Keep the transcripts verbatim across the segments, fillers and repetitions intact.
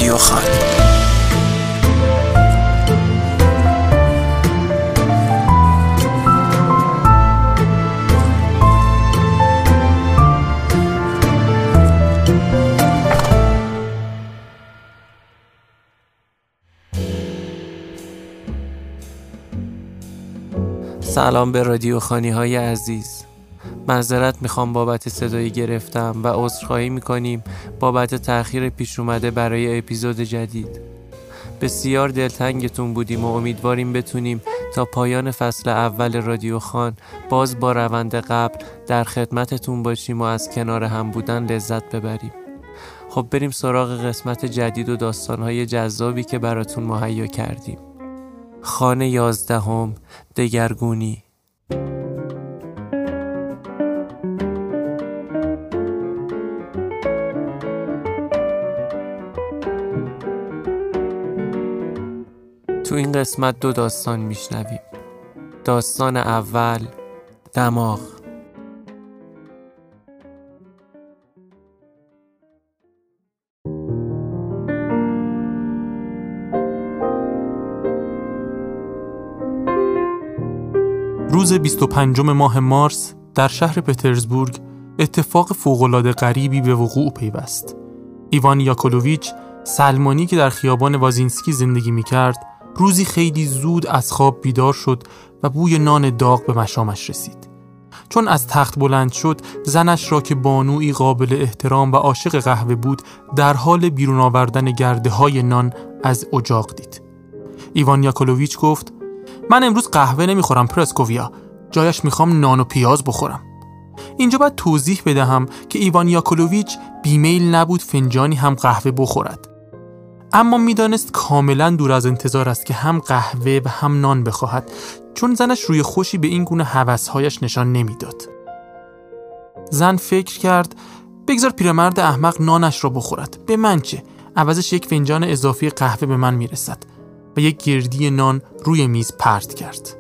رادیو خان. سلام به رادیو خانی های عزیز. معذرت میخوام بابت صدایی گرفتم و عذرخواهی میکنیم بابت تأخیر پیش اومده برای اپیزود جدید. بسیار دلتنگتون بودیم و امیدواریم بتونیم تا پایان فصل اول رادیو خان باز با روند قبل در خدمتتون باشیم و از کنار هم بودن لذت ببریم. خب بریم سراغ قسمت جدید و داستانهای جذابی که براتون مهیا کردیم. خانه یازدهم، دگرگونی. تو این قسمت دو داستان میشنویم. داستان اول، دماغ. روز بیست و پنجم ماه مارس در شهر پترزبورگ اتفاق فوق‌العاده غریبی به وقوع پیوست. ایوان یاکولوویچ سلمانی که در خیابان وازینسکی زندگی می‌کرد، روزی خیلی زود از خواب بیدار شد و بوی نان داغ به مشامش رسید. چون از تخت بلند شد، زنش را که بانویی قابل احترام و عاشق قهوه بود، در حال بیرون آوردن گرده‌های نان از اجاق دید. ایوان یاکولوویچ گفت: من امروز قهوه نمیخورم پراسکوویا، جایش میخوام نان و پیاز بخورم. اینجا باید توضیح بدهم که ایوان یاکولوویچ بیمیل نبود فنجانی هم قهوه بخورد، اما میدانست کاملا دور از انتظار است که هم قهوه و هم نان بخواهد، چون زنش روی خوشی به این گونه هوسهایش نشان نمیداد. زن فکر کرد بگذار پیرمرد احمق نانش را بخورد، به من چه؟ عوضش یک فنجان اضافی قهوه به من میرسد. و یک گردی نان روی میز پرت کرد.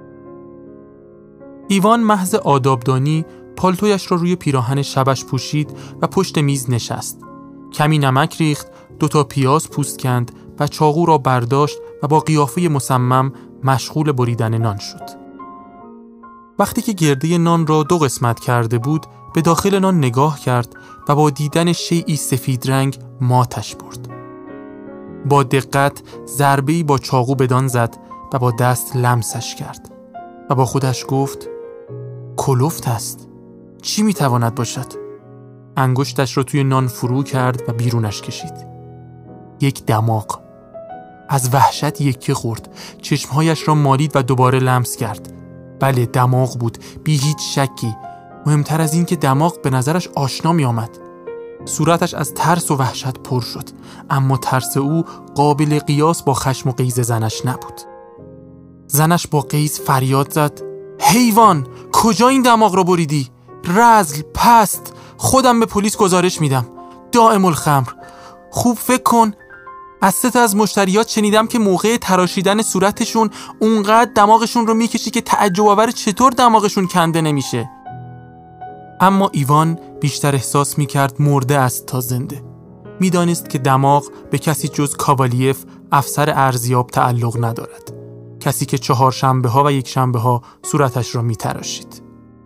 ایوان محض آدابدانی پالتویش را روی پیراهن شبش پوشید و پشت میز نشست. کمی نمک ریخت، دو تا پیاز پوست کند و چاقو را برداشت و با قیافه مصمم مشغول بریدن نان شد. وقتی که گرده نان را دو قسمت کرده بود، به داخل نان نگاه کرد و با دیدن شیئی سفید رنگ ماتش برد. با دقت ضربه‌ای با چاقو بدان زد و با دست لمسش کرد و با خودش گفت: کلفت است. چی میتواند باشد؟ انگشتش را توی نان فرو کرد و بیرونش کشید. یک دماغ. از وحشت یکی خورد. چشمهایش را مالید و دوباره لمس کرد. بله، دماغ بود، بی هیچ شکی. مهمتر از این که دماغ به نظرش آشنا می آمد. صورتش از ترس و وحشت پر شد، اما ترس او قابل قیاس با خشم و غیظ زنش نبود. زنش با غیظ فریاد زد: حیوان، کجا این دماغ را بریدی؟ رذل، پست، خودم به پلیس گزارش میدم. دائم الخمر. خوب فکر کن، از سه تا از مشتریات شنیدم که موقع تراشیدن صورتشون اونقدر دماغشون رو میکشی که تعجب آور چطور دماغشون کنده نمیشه. اما ایوان بیشتر احساس میکرد مرده است تا زنده. میدانست که دماغ به کسی جز کاوالیف، افسر ارزیاب، تعلق ندارد، کسی که چهار شنبه ها و یک شنبه ها صورتش را میتراشید.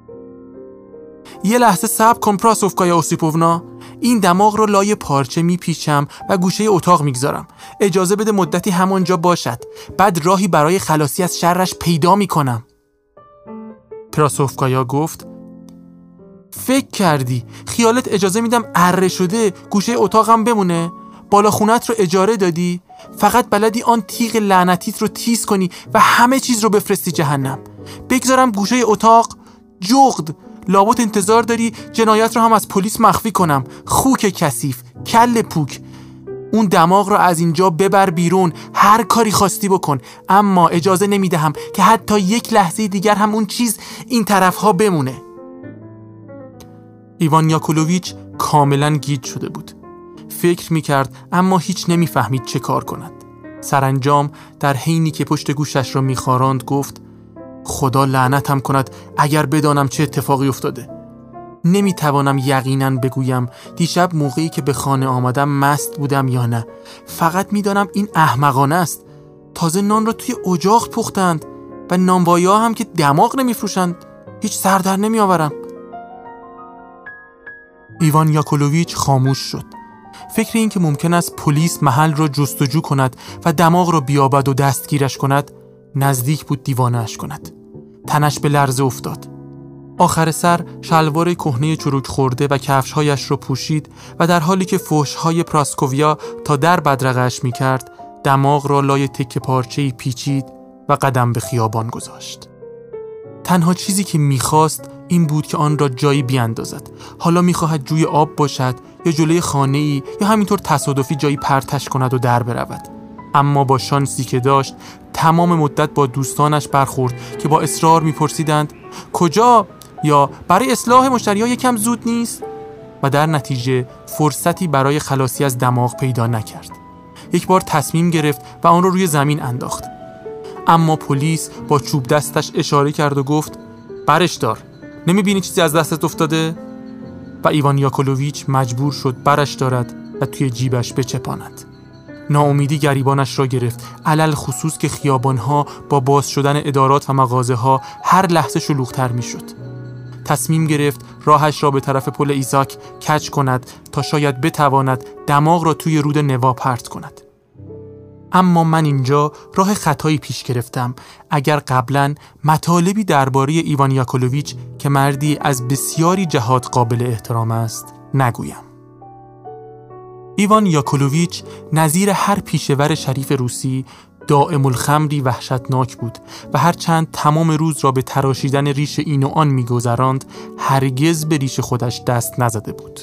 یه لحظه صبر کن پراسوفکایا اوسیپوونا، این دماغ رو لای پارچه میپیچم و گوشه اتاق میگذارم. اجازه بده مدتی همونجا باشد، بعد راهی برای خلاصی از شرش پیدا میکنم. پراسوفکایا گفت: فکر کردی خیالت اجازه میدم اره شده گوشه اتاقم بمونه؟ بالا خونت رو اجاره دادی؟ فقط بلدی آن تیغ لعنتیت رو تیز کنی و همه چیز رو بفرستی جهنم. بگذارم گوشه اتاق؟ جغد، لابد انتظار داری جنایت رو هم از پلیس مخفی کنم. خوک کثیف، کل پوک. اون دماغ رو از اینجا ببر بیرون، هر کاری خواستی بکن، اما اجازه نمیدهم که حتی یک لحظه دیگر هم اون چیز این طرف ها بمونه. ایوان یاکولوویچ کاملا گیج شده بود. فکر میکرد اما هیچ نمیفهمید چه کار کند. سرانجام در حینی که پشت گوشش را میخاراند گفت: خدا لعنتم کند اگر بدانم چه اتفاقی افتاده. نمیتوانم یقیناً بگویم دیشب موقعی که به خانه آمدم مست بودم یا نه. فقط میدانم این احمقانه است. تازه نان را توی اجاق پختند و نانوایی‌ها هم که دماغ نمیفروشند. هیچ سر در نمیآورم. ایوان یاکولوویچ خاموش شد. فکر این که ممکن است پلیس محل را جستجو کند و دماغ را بیابد و دستگیرش کند نزدیک بود دیوانه‌اش کند. تنش به لرزه افتاد. آخر سر شلوار کهنه چروک خورده و کفش‌هایش را پوشید و در حالی که فحش‌های پراسکوویا تا در بدرقه‌اش می‌کرد دماغ را لای تکه پارچه‌ای پیچید و قدم به خیابان گذاشت. تنها چیزی که می‌خواست این بود که آن را جایی بیاندازد. حالا می‌خواهد جوی آب باشد یا جلوی خانه‌ای یا همینطور تصادفی جایی پرتش کند و در برود. اما با شانسی که داشت تمام مدت با دوستانش برخورد که با اصرار می‌پرسیدند کجا یا برای اصلاح مشتری‌ها یکم زود نیست و در نتیجه فرصتی برای خلاصی از دماغ پیدا نکرد. یک بار تصمیم گرفت و آن را روی زمین انداخت. اما پلیس با چوب دستش اشاره کرد و گفت برش دار، نمی‌بینی چیزی از دستت افتاده؟ و ایوان یاکولوویچ مجبور شد برش دارد و توی جیبش بچپاند. ناامیدی گریبانش را گرفت، علل خصوص که خیابان‌ها با باز شدن ادارات و مغازه‌ها هر لحظه شلوغ‌تر می‌شد. تصمیم گرفت راهش را به طرف پل ایزاک کج کند تا شاید بتواند دماغ را توی رود نوا پرت کند. اما من اینجا راه خطایی پیش گرفتم اگر قبلاً مطالبی درباره ایوان یاکولوویچ که مردی از بسیاری جهات قابل احترام است نگویم. ایوان یاکولوویچ نظیر هر پیشور شریف روسی دائم الخمری وحشتناک بود و هرچند تمام روز را به تراشیدن ریش این و آن می‌گذراند هرگز به ریش خودش دست نزده بود.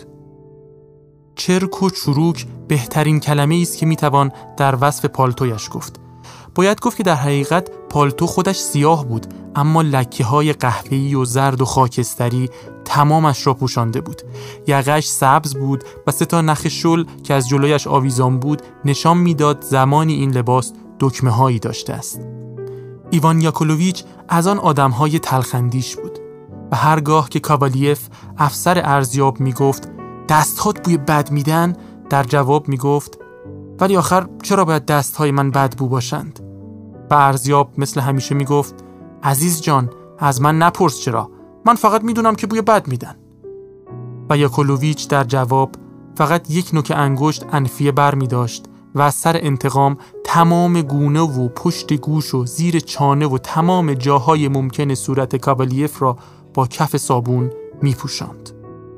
چرک و چروک بهترین کلمه است که میتوان در وصف پالتویش گفت. باید گفت که در حقیقت پالتو خودش سیاه بود اما لکه‌های قهوه‌ای و زرد و خاکستری تمامش را پوشانده بود. یقه‌اش سبز بود و سه تا نخ شل که از جلویش آویزان بود نشان میداد زمانی این لباس دکمه‌هایی داشته است. ایوان یاکولوویچ از آن آدم‌های تلخندیش بود و هرگاه که کاوالیف افسر ارزیاب میگفت دست‌هات بوی بد میدن در جواب میگفت ولی آخر چرا باید دست‌های من بدبو باشند؟ و ارزیاب مثل همیشه میگفت عزیز جان از من نپرس چرا، من فقط میدونم که بوی بد میدن. و یاکولوویچ در جواب فقط یک نوک انگشت انفیه بر میداشت و از سر انتقام تمام گونه و پشت گوش و زیر چانه و تمام جاهای ممکن صورت کاوالیف را با کف صابون میپوشاند.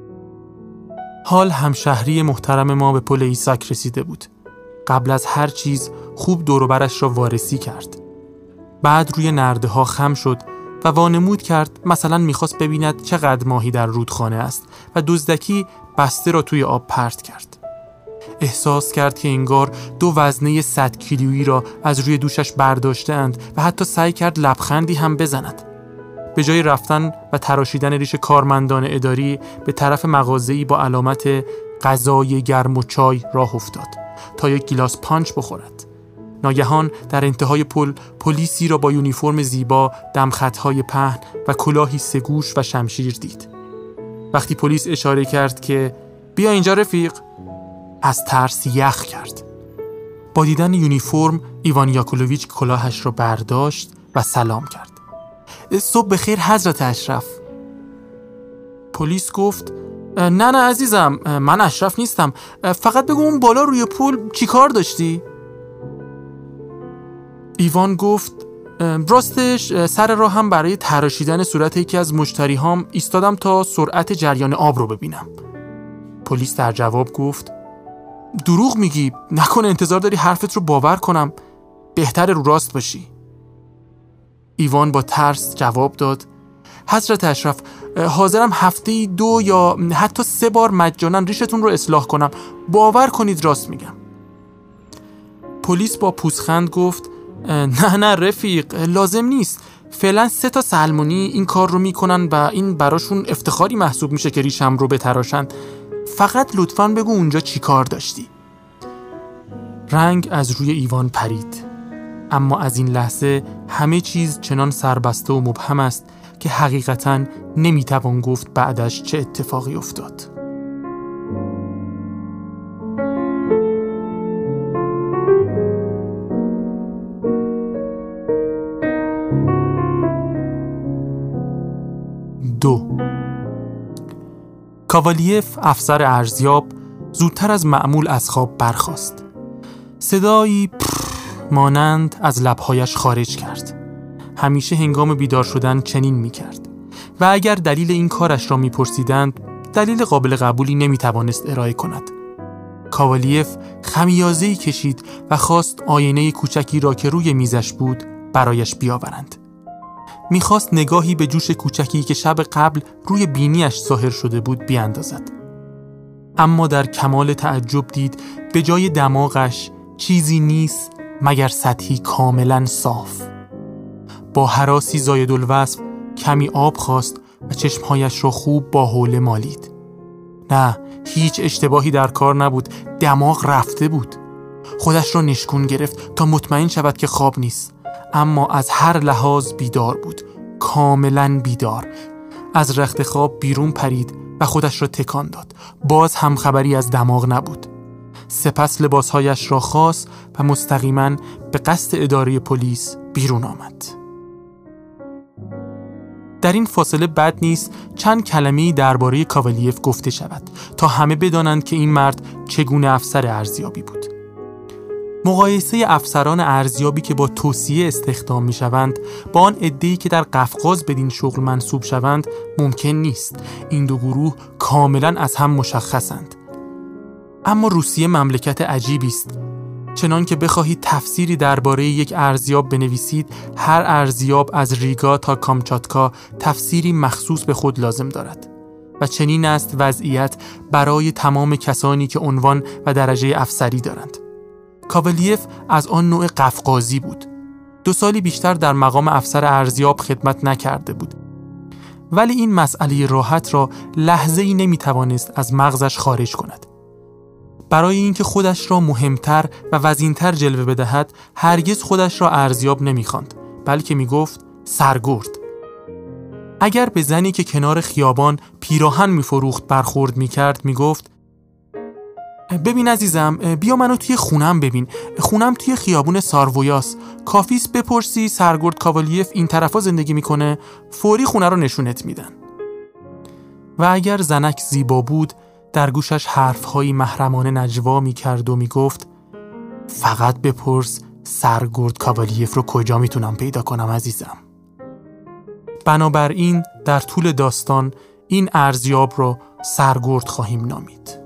حال همشهری محترم ما به پل ایزاک رسیده بود. قبل از هر چیز خوب دور و برش را وارسی کرد. بعد روی نرده ها خم شد و وانمود کرد مثلا میخواست ببیند چقدر ماهی در رودخانه است و دزدکی بسته را توی آب پرت کرد. احساس کرد که انگار دو وزنه صد کیلویی را از روی دوشش برداشتند و حتی سعی کرد لبخندی هم بزند. به جای رفتن و تراشیدن ریش کارمندان اداری به طرف مغازه‌ای با علامت غذای گرم و چای راه افتاد تا یک گیلاس پانچ بخورد. ناگهان در انتهای پل پلیسی را با یونیفرم زیبا، دمخطهای پهن و کلاهی سه‌گوش و شمشیر دید. وقتی پلیس اشاره کرد که بیا اینجا رفیق، از ترس یخ کرد. با دیدن یونیفرم ایوان یاکولوویچ کلاهش را برداشت و سلام کرد. صبح بخیر حضرت اشرف. پلیس گفت نه نه عزیزم من اشرف نیستم، فقط بگو اون بالا روی پل چی کار داشتی؟ ایوان گفت راستش سر راه هم برای تراشیدن صورت یکی از مشتری هام ایستادم تا سرعت جریان آب رو ببینم. پلیس در جواب گفت دروغ میگی، نکنه انتظار داری حرفت رو باور کنم، بهتر رو راست باشی. ایوان با ترس جواب داد حضرت اشرف حاضرم هفته‌ای دو یا حتی سه بار مجانا ریشتون رو اصلاح کنم، باور کنید راست میگم. پلیس با پوزخند گفت نه نه رفیق لازم نیست، فعلا سه تا سلمونی این کار رو میکنن و این براشون افتخاری محسوب میشه که ریشم رو بتراشن، فقط لطفاً بگو اونجا چی کار داشتی. رنگ از روی ایوان پرید، اما از این لحظه همه چیز چنان سربسته و مبهم است که حقیقتاً نمیتوان گفت بعدش چه اتفاقی افتاد. دو. کاوالیف افسر ارزیاب زودتر از معمول از خواب برخاست. صدایی پف مانند از لبهایش خارج کرد. همیشه هنگام بیدار شدن چنین می کرد و اگر دلیل این کارش را می پرسیدند دلیل قابل قبولی نمی توانست ارائه کند. کاوالیف خمیازه‌ای کشید و خواست آینه کوچکی را که روی میزش بود برایش بیاورند. میخواست نگاهی به جوش کوچکی که شب قبل روی بینیش ظاهر شده بود بیاندازد. اما در کمال تعجب دید به جای دماغش چیزی نیست مگر سطحی کاملا صاف. با هراسی زایدالوصف کمی آب خواست و چشمهایش را خوب با حوله مالید. نه، هیچ اشتباهی در کار نبود. دماغ رفته بود. خودش را نشکون گرفت تا مطمئن شود که خواب نیست، اما از هر لحاظ بیدار بود، کاملا بیدار. از رخت خواب بیرون پرید و خودش را تکان داد. باز هم خبری از دماغ نبود. سپس لباسهایش را خواست و مستقیما به قصد اداره پلیس بیرون آمد. در این فاصله بد نیست چند کلمه‌ای درباره کاوالیف گفته شود تا همه بدانند که این مرد چگونه افسر ارزیابی بود. مقایسه افسران ارزیابی که با توصیه استخدام می شوند با آن عده‌ای که در قفقاز بدین شغل منصوب شوند ممکن نیست. این دو گروه کاملا از هم مشخصند. اما روسیه مملکت عجیبی است. چنان که بخواهید تفسیری درباره یک ارزیاب بنویسید، هر ارزیاب از ریگا تا کامچاتکا تفسیری مخصوص به خود لازم دارد. و چنین است وضعیت برای تمام کسانی که عنوان و درجه افسری دارند. کاوالیف از آن نوع قفقازی بود. دو سالی بیشتر در مقام افسر ارزیاب خدمت نکرده بود. ولی این مسئله راحت را لحظه‌ای نمی‌توانست از مغزش خارج کند. برای اینکه خودش را مهمتر و وزینتر جلوه بدهد، هرگز خودش را ارزیاب نمی‌خواند، بلکه می‌گفت سرگرد. اگر به زنی که کنار خیابان پیراهن می‌فروخت برخورد می‌کرد، می‌گفت ببین عزیزم، بیا منو توی خونم ببین. خونم توی خیابون سارویاس. کافیس بپرسی سرگرد کاوالیف این طرفا زندگی میکنه، فوری خونه رو نشونت میدن. و اگر زنک زیبا بود، در گوشش حرفهایی محرمانه نجوا میکرد و میگفت فقط بپرس سرگرد کاوالیف رو کجا میتونم پیدا کنم عزیزم. بنابراین در طول داستان این ارزیاب رو سرگرد خواهیم نامید.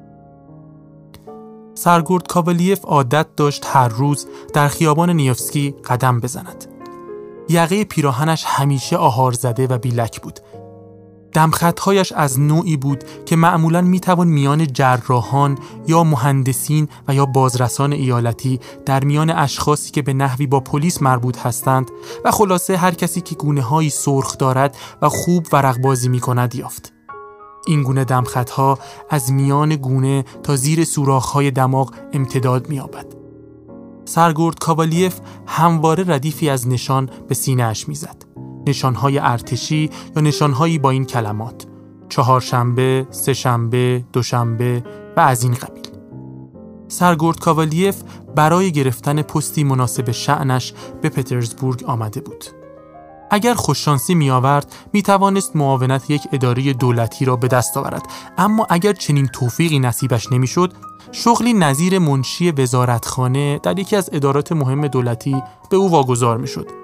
سرگرد کاوالیف عادت داشت هر روز در خیابان نیفسکی قدم بزند. یقه پیراهنش همیشه آهار زده و بیلک بود. دمخطهایش از نوعی بود که معمولاً میتوان میان جراحان یا مهندسین و یا بازرسان ایالتی در میان اشخاصی که به نحوی با پلیس مربوط هستند و خلاصه هر کسی که گونه‌هایی سرخ دارد و خوب ورق‌بازی می‌کند یافت. این گونه دمخطها از میان گونه تا زیر سوراخ‌های دماغ امتداد می‌یابد. سرگرد کاوالیف همواره ردیفی از نشان به سینه‌اش می‌زد. نشانهای ارتشی یا نشانهایی با این کلمات: چهارشنبه، سه‌شنبه، دوشنبه و از این قبیل. سرگرد کاوالیف برای گرفتن پستی مناسب شأنش به پترزبورگ آمده بود. اگر خوششانسی می آورد می توانست معاونت یک اداره دولتی را به دست آورد، اما اگر چنین توفیقی نصیبش نمی شد، شغلی نظیر منشی وزارتخانه در یکی از ادارات مهم دولتی به او واگذار می شد.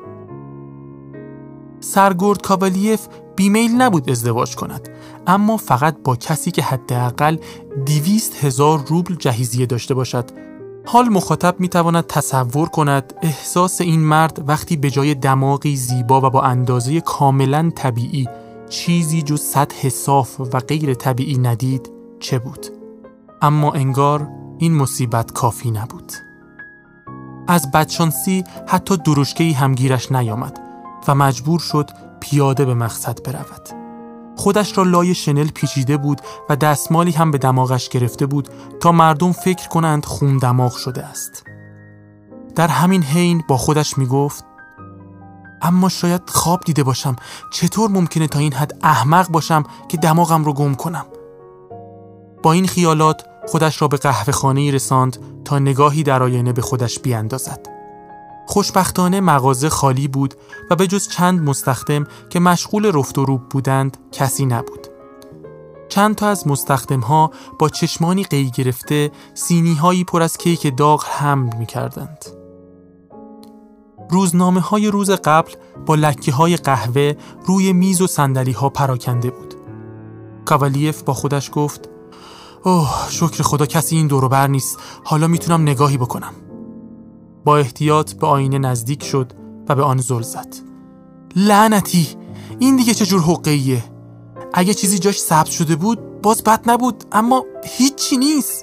سرگرد کاوالیف بیمیل نبود ازدواج کند، اما فقط با کسی که حداقل دویست هزار روبل جهیزیه داشته باشد. حال مخاطب میتواند تصور کند احساس این مرد وقتی به جای دماغی زیبا و با اندازه کاملا طبیعی چیزی جز سطح صاف و غیر طبیعی ندید چه بود. اما انگار این مصیبت کافی نبود. از بدشانسی حتی درشکه‌ای هم گیرش نیامد و مجبور شد پیاده به مقصد برود. خودش را لای شنل پیچیده بود و دستمالی هم به دماغش گرفته بود تا مردم فکر کنند خون دماغ شده است. در همین حین با خودش می گفت اما شاید خواب دیده باشم. چطور ممکنه تا این حد احمق باشم که دماغم رو گم کنم؟ با این خیالات خودش را به قهوه خانه‌ای رساند تا نگاهی در آینه به خودش بیاندازد. خوشبختانه مغازه خالی بود و به جز چند مستخدم که مشغول رفت و روب بودند کسی نبود. چند تا از مستخدم‌ها با چشمانی قی گرفته سینی‌هایی پر از کیک داغ حمل می‌کردند. روزنامه‌های روز قبل با لکه‌های قهوه روی میز و صندلی‌ها پراکنده بود. کاوالیف با خودش گفت: اوه شکر خدا کسی این دور و بر نیست، حالا میتونم نگاهی بکنم. با احتیاط به آینه نزدیک شد و به آن زل زد. لعنتی، این دیگه چه جور حقه‌ایه؟ اگه چیزی جاش ثبت شده بود باز بد نبود، اما هیچی نیست.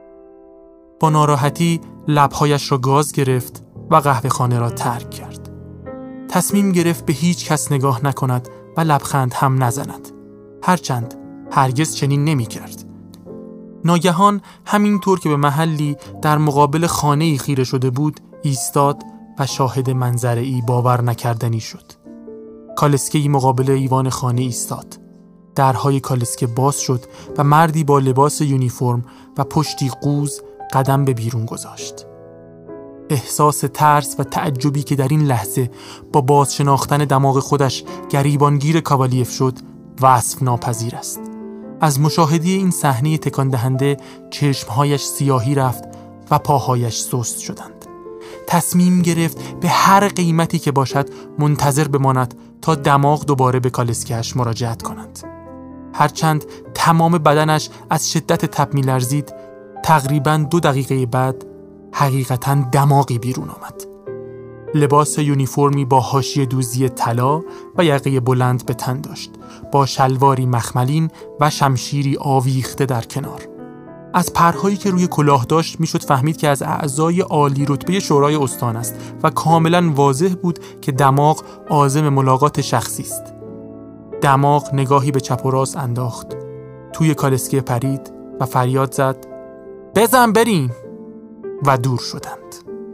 با ناراحتی لبهایش را گاز گرفت و قهوه خانه را ترک کرد. تصمیم گرفت به هیچ کس نگاه نکند و لبخند هم نزند، هرچند هرگز چنین نمی کرد. ناگهان همینطور که به محلی در مقابل خانه‌ای خیره شده بود ایستاد و شاهد منظره‌ای باور نکردنی شد. کالسکه‌ای مقابل ایوان خانه ایستاد. درهای کالسکه باز شد و مردی با لباس یونیفرم و پشتی قوز قدم به بیرون گذاشت. احساس ترس و تعجبی که در این لحظه با باز شناختن دماغ خودش گریبانگیر کاوالیف شد وصف ناپذیر است. از مشاهده این صحنه تکان دهنده چشمهایش سیاهی رفت و پاهایش سست شدند. تصمیم گرفت به هر قیمتی که باشد منتظر بماند تا دماغ دوباره به کالسکه‌اش مراجعت کنند. هرچند تمام بدنش از شدت تب می‌لرزید، تقریباً دو دقیقه بعد حقیقتاً دماغی بیرون آمد. لباس یونیفرمی با حاشیه دوزی طلا و یقه بلند به تن داشت، با شلواری مخملین و شمشیری آویخته در کنار. از پرهایی که روی کلاه داشت میشد فهمید که از اعضای عالی رتبه شورای استان است و کاملا واضح بود که دماغ عازم ملاقات شخصی است. دماغ نگاهی به چپ و راست انداخت، توی کالسکه پرید و فریاد زد: بزن بریم! و دور شدند.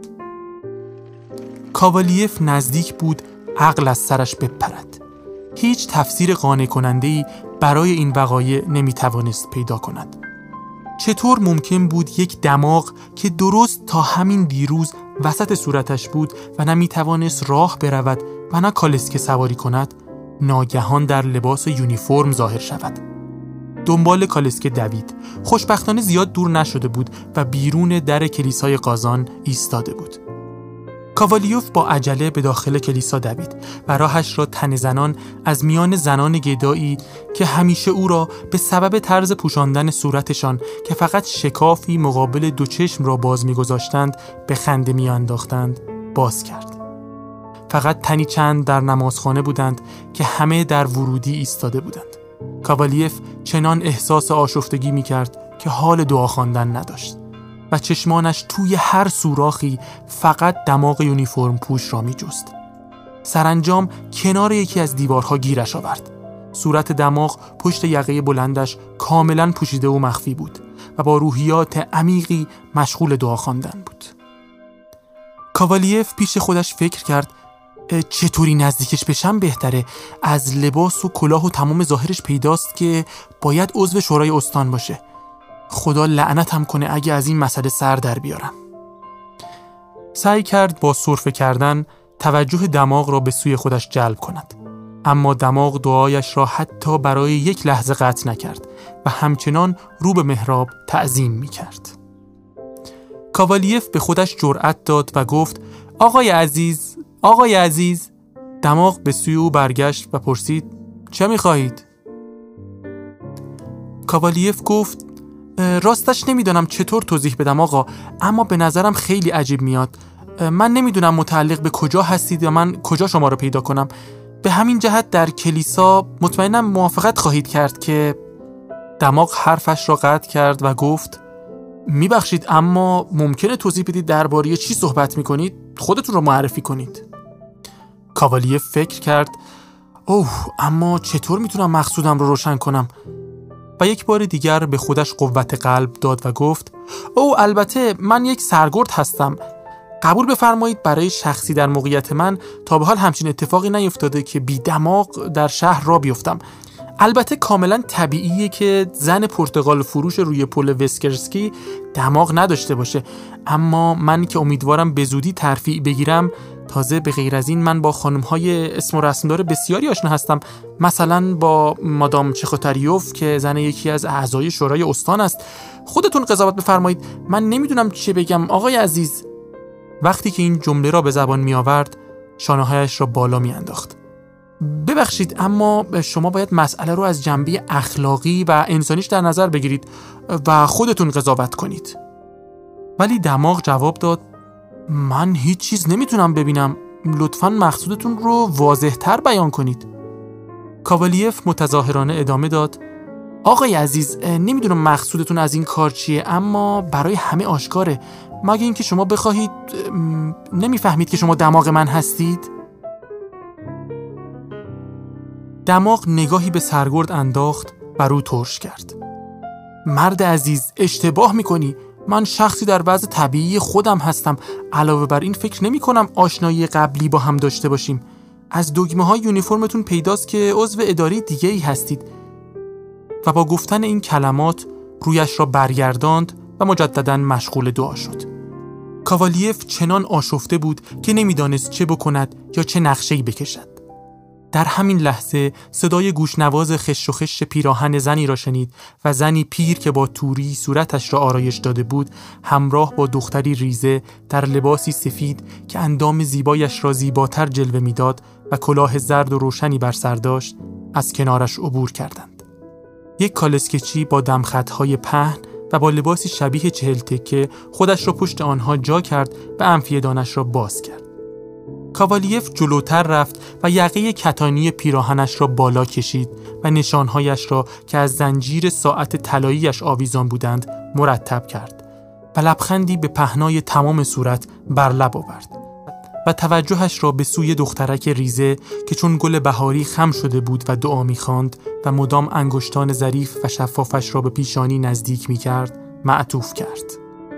کاوالیف نزدیک بود عقل از سرش بپرد. هیچ تفسیر قانع کننده‌ای برای این وقایع نمیتوانست پیدا کند. چطور ممکن بود یک دماغ که درست تا همین دیروز وسط صورتش بود و نمیتوانست راه برود و نه کالسکه سواری کند، ناگهان در لباس یونیفرم ظاهر شود؟ دنبال کالسکه دوید. خوشبختانه زیاد دور نشده بود و بیرون در کلیسای قازان ایستاده بود. کاوالیوف با عجله به داخل کلیسا دوید و راهش را تن زنان از میان زنان گدایی که همیشه او را به سبب طرز پوشاندن صورتشان که فقط شکافی مقابل دو چشم را باز می‌گذاشتند به خنده می‌انداختند باز کرد. فقط تنی چند در نمازخانه بودند که همه در ورودی ایستاده بودند. کاوالیف چنان احساس آشفتگی می‌کرد که حال دعا خواندن نداشت و چشمانش توی هر سوراخی فقط دماغ یونیفرم پوش را می‌جست. سرانجام کنار یکی از دیوارها گیرش آورد. صورت دماغ پشت یقه بلندش کاملا پوشیده و مخفی بود و با روحیات عمیقی مشغول دعا خواندن بود. کاوالیف پیش خودش فکر کرد چطوری نزدیکش بشم بهتره؟ از لباس و کلاه و تمام ظاهرش پیداست که باید عضو شورای استان باشه. خدا لعنتم کنه اگه از این مسئله سر در بیارم. سعی کرد با سرفه کردن توجه دماغ را به سوی خودش جلب کند، اما دماغ دعایش را حتی برای یک لحظه قطع نکرد و همچنان رو به محراب تعظیم می کرد. کاوالیف به خودش جرأت داد و گفت: آقای عزیز، آقای عزیز. دماغ به سوی او برگشت و پرسید: چه می خواهید؟ کاوالیف گفت: راستش نمیدونم چطور توضیح بدم آقا، اما به نظرم خیلی عجیب میاد. من نمیدونم متعلق به کجا هستید و من کجا شما رو پیدا کنم. به همین جهت در کلیسا مطمئنم موافقت خواهید کرد که... دماغ حرفش را قطع کرد و گفت: میبخشید اما ممکنه توضیح بدید درباره چی صحبت میکنید؟ خودتون رو معرفی کنید. کاوالیف فکر کرد: اوه اما چطور میتونم مقصودم رو روشن کنم؟ و یک بار دیگر به خودش قوت قلب داد و گفت: او البته من یک سرگرد هستم. قبول بفرمایید برای شخصی در موقعیت من تا به حال همچین اتفاقی نیفتاده که بی دماغ در شهر را بیفتم. البته کاملا طبیعیه که زن پرتقال فروش روی پل وسکرسکی دماغ نداشته باشه، اما من که امیدوارم به زودی ترفیع بگیرم، تازه به غیر از این من با خانم‌های اسم و رسمدار بسیاری آشنا هستم، مثلا با مادام چخوتاریوف که زن یکی از اعضای شورای استان است. خودتون قضاوت بفرمایید، من نمیدونم چه بگم آقای عزیز. وقتی که این جمله را به زبان می آورد شانه‌هایش را بالا می انداخت. ببخشید، اما شما باید مسئله رو از جنبه اخلاقی و انسانیش در نظر بگیرید و خودتون قضاوت کنید. ولی دماغ جواب داد: من هیچ چیز نمیتونم ببینم، لطفاً مقصودتون رو واضح‌تر بیان کنید. کاوالیف متظاهرانه ادامه داد: آقای عزیز، نمیدونم مقصودتون از این کار چیه، اما برای همه آشکاره، مگه اینکه شما بخواهید. نمیفهمید که شما دماغ من هستید؟ دماغ نگاهی به سرگرد انداخت و رو ترش کرد. مرد عزیز، اشتباه میکنی. من شخصی در وضع طبیعی خودم هستم. علاوه بر این فکر نمی کنم آشنایی قبلی با هم داشته باشیم. از دگمه های یونیفرمتون پیداست که عضو اداری دیگه ای هستید. و با گفتن این کلمات رویش را برگرداند و مجدداً مشغول دعا شد. کاوالیف چنان آشفته بود که نمیدانست چه بکند یا چه نقشه‌ای بکشد. در همین لحظه صدای گوشنواز خش و خش پیراهن زنی را شنید و زنی پیر که با توری صورتش را آرایش داده بود همراه با دختری ریزه در لباسی سفید که اندام زیبایش را زیباتر جلوه میداد و کلاه زرد و روشنی بر سر داشت از کنارش عبور کردند. یک کالسکچی با دمخطهای پهن و با لباسی شبیه چهل تکه خودش را پشت آنها جا کرد و انفیدانش را باز کرد. کاوالیف جلوتر رفت و یقه کتانی پیراهنش را بالا کشید و نشانهایش را که از زنجیر ساعت طلایی‌اش آویزان بودند مرتب کرد و لبخندی به پهنای تمام صورت بر لب آورد و توجهش را به سوی دخترک ریزه که چون گل بهاری خم شده بود و دعا می‌خواند و مدام انگشتان ظریف و شفافش را به پیشانی نزدیک می‌کرد معطوف کرد.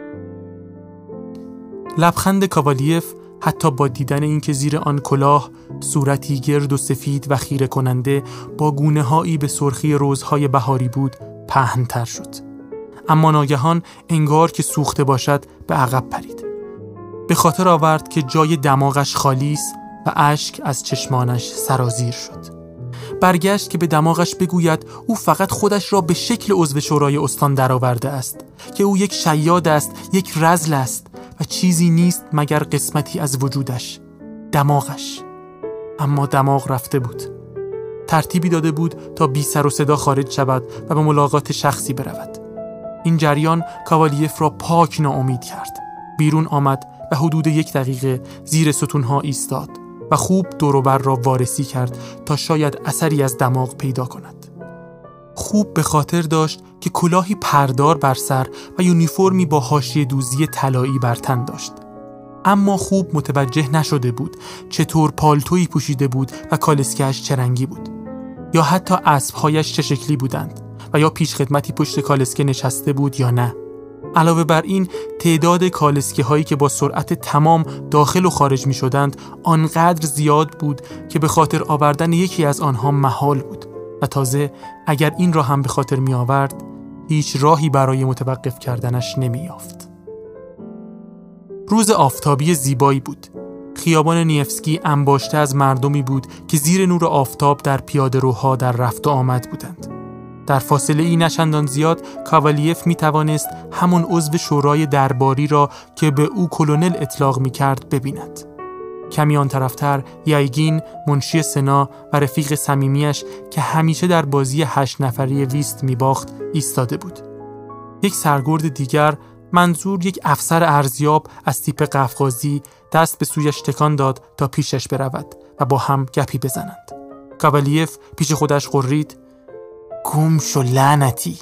لبخند کاوالیف حتی با دیدن اینکه زیر آن کلاه صورتی گرد و سفید و خیره کننده با گونه‌هایی به سرخی روزهای بهاری بود پهن‌تر شد. اما ناگهان انگار که سوخته باشد به عقب پرید. به خاطر آورد که جای دماغش خالی است و اشک از چشمانش سرازیر شد. برگشت که به دماغش بگوید او فقط خودش را به شکل عضو شورای استان درآورده است، که او یک شیاد است، یک رذل است و چیزی نیست مگر قسمتی از وجودش، دماغش. اما دماغ رفته بود. ترتیبی داده بود تا بی سر و صدا خارج شود و به ملاقات شخصی برود. این جریان کاوالیف را پاک ناامید کرد. بیرون آمد و حدود یک دقیقه زیر ستونها ایستاد و خوب دور و بر را وارسی کرد تا شاید اثری از دماغ پیدا کند. خوب به خاطر داشت که کلاهی پردار بر سر و یونیفرمی با حاشیه دوزی طلایی بر تن داشت. اما خوب متوجه نشده بود چطور پالتویی پوشیده بود و کالسکه‌اش چه رنگی بود، یا حتی اسب‌هایش چه شکلی بودند و یا پیش خدمتی پشت کالسکه نشسته بود یا نه. علاوه بر این تعداد کالسکه هایی که با سرعت تمام داخل و خارج می شدند آنقدر زیاد بود که به خاطر آوردن یکی از آنها محال بود و تازه اگر این را هم به خاطر می آورد هیچ راهی برای متوقف کردنش نمی یافت. روز آفتابی زیبایی بود. خیابان نیفسکی انباشته از مردمی بود که زیر نور آفتاب در پیاده روها در رفت و آمد بودند. در فاصله ای نچندان زیاد کاوالیف می توانست همون عضو شورای درباری را که به او کلونل اطلاق می کرد ببیند. کمی آن طرفتر یایگین، منشی سنا و رفیق صمیمیش که همیشه در بازی هشت نفری ویست می باخت ایستاده بود. یک سرگرد دیگر، منظور یک افسر ارزیاب از تیپ قفقازی، دست به سویش تکان داد تا پیشش برود و با هم گپی بزنند. کاوالیف پیش خودش غرید: گم شو لعنتی.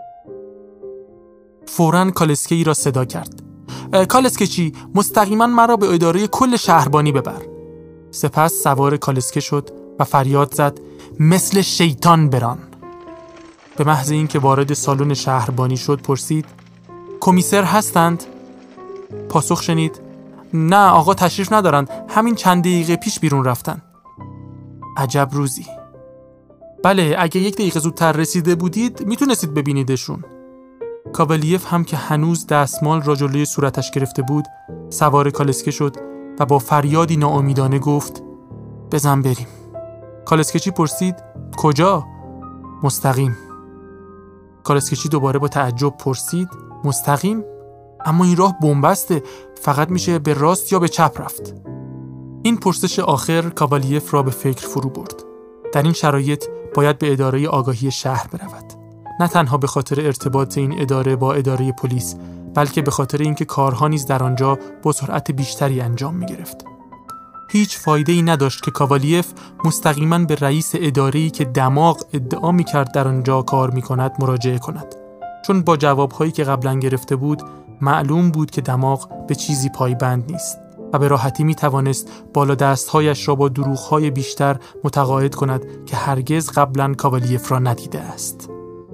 فوراً کالسکه‌ای را صدا کرد. کالسکه چی؟ مستقیما مرا به اداره کل شهربانی ببر. سپس سوار کالسکه شد و فریاد زد: مثل شیطان بران. به محض اینکه وارد سالن شهربانی شد پرسید: کمیسر هستند؟ پاسخ شنید: نه آقا تشریف ندارن، همین چند دقیقه پیش بیرون رفتن. عجب روزی. بله اگه یک دقیقه زودتر رسیده بودید میتونستید ببینیدشون. کاوالیف هم که هنوز دستمال را جلوی صورتش گرفته بود سوار کالسکه شد و با فریادی ناامیدانه گفت بزن بریم. کالسکه‌چی پرسید کجا؟ مستقیم. کالسکه‌چی دوباره با تعجب پرسید مستقیم؟ اما این راه بنبسته، فقط میشه به راست یا به چپ رفت. این پرسش آخر کاوالیف را به فکر فرو برد. در این شرایط باید به اداره آگاهی شهر برود. نه تنها به خاطر ارتباط این اداره با اداره پلیس، بلکه به خاطر اینکه کارها نیز در آنجا با سرعت بیشتری انجام می‌گرفت. هیچ فایده‌ای نداشت که کاوالیف مستقیما به رئیس اداره‌ای که دماغ ادعا می‌کرد در آنجا کار می‌کند مراجعه کند، چون با جواب‌هایی که قبلا گرفته بود معلوم بود که دماغ به چیزی پایبند نیست و به راحتی می‌توانست بالا دست‌هایش را با دروغ‌های بیشتر متقاعد کند که هرگز قبلا کاوالیف را ندیده است.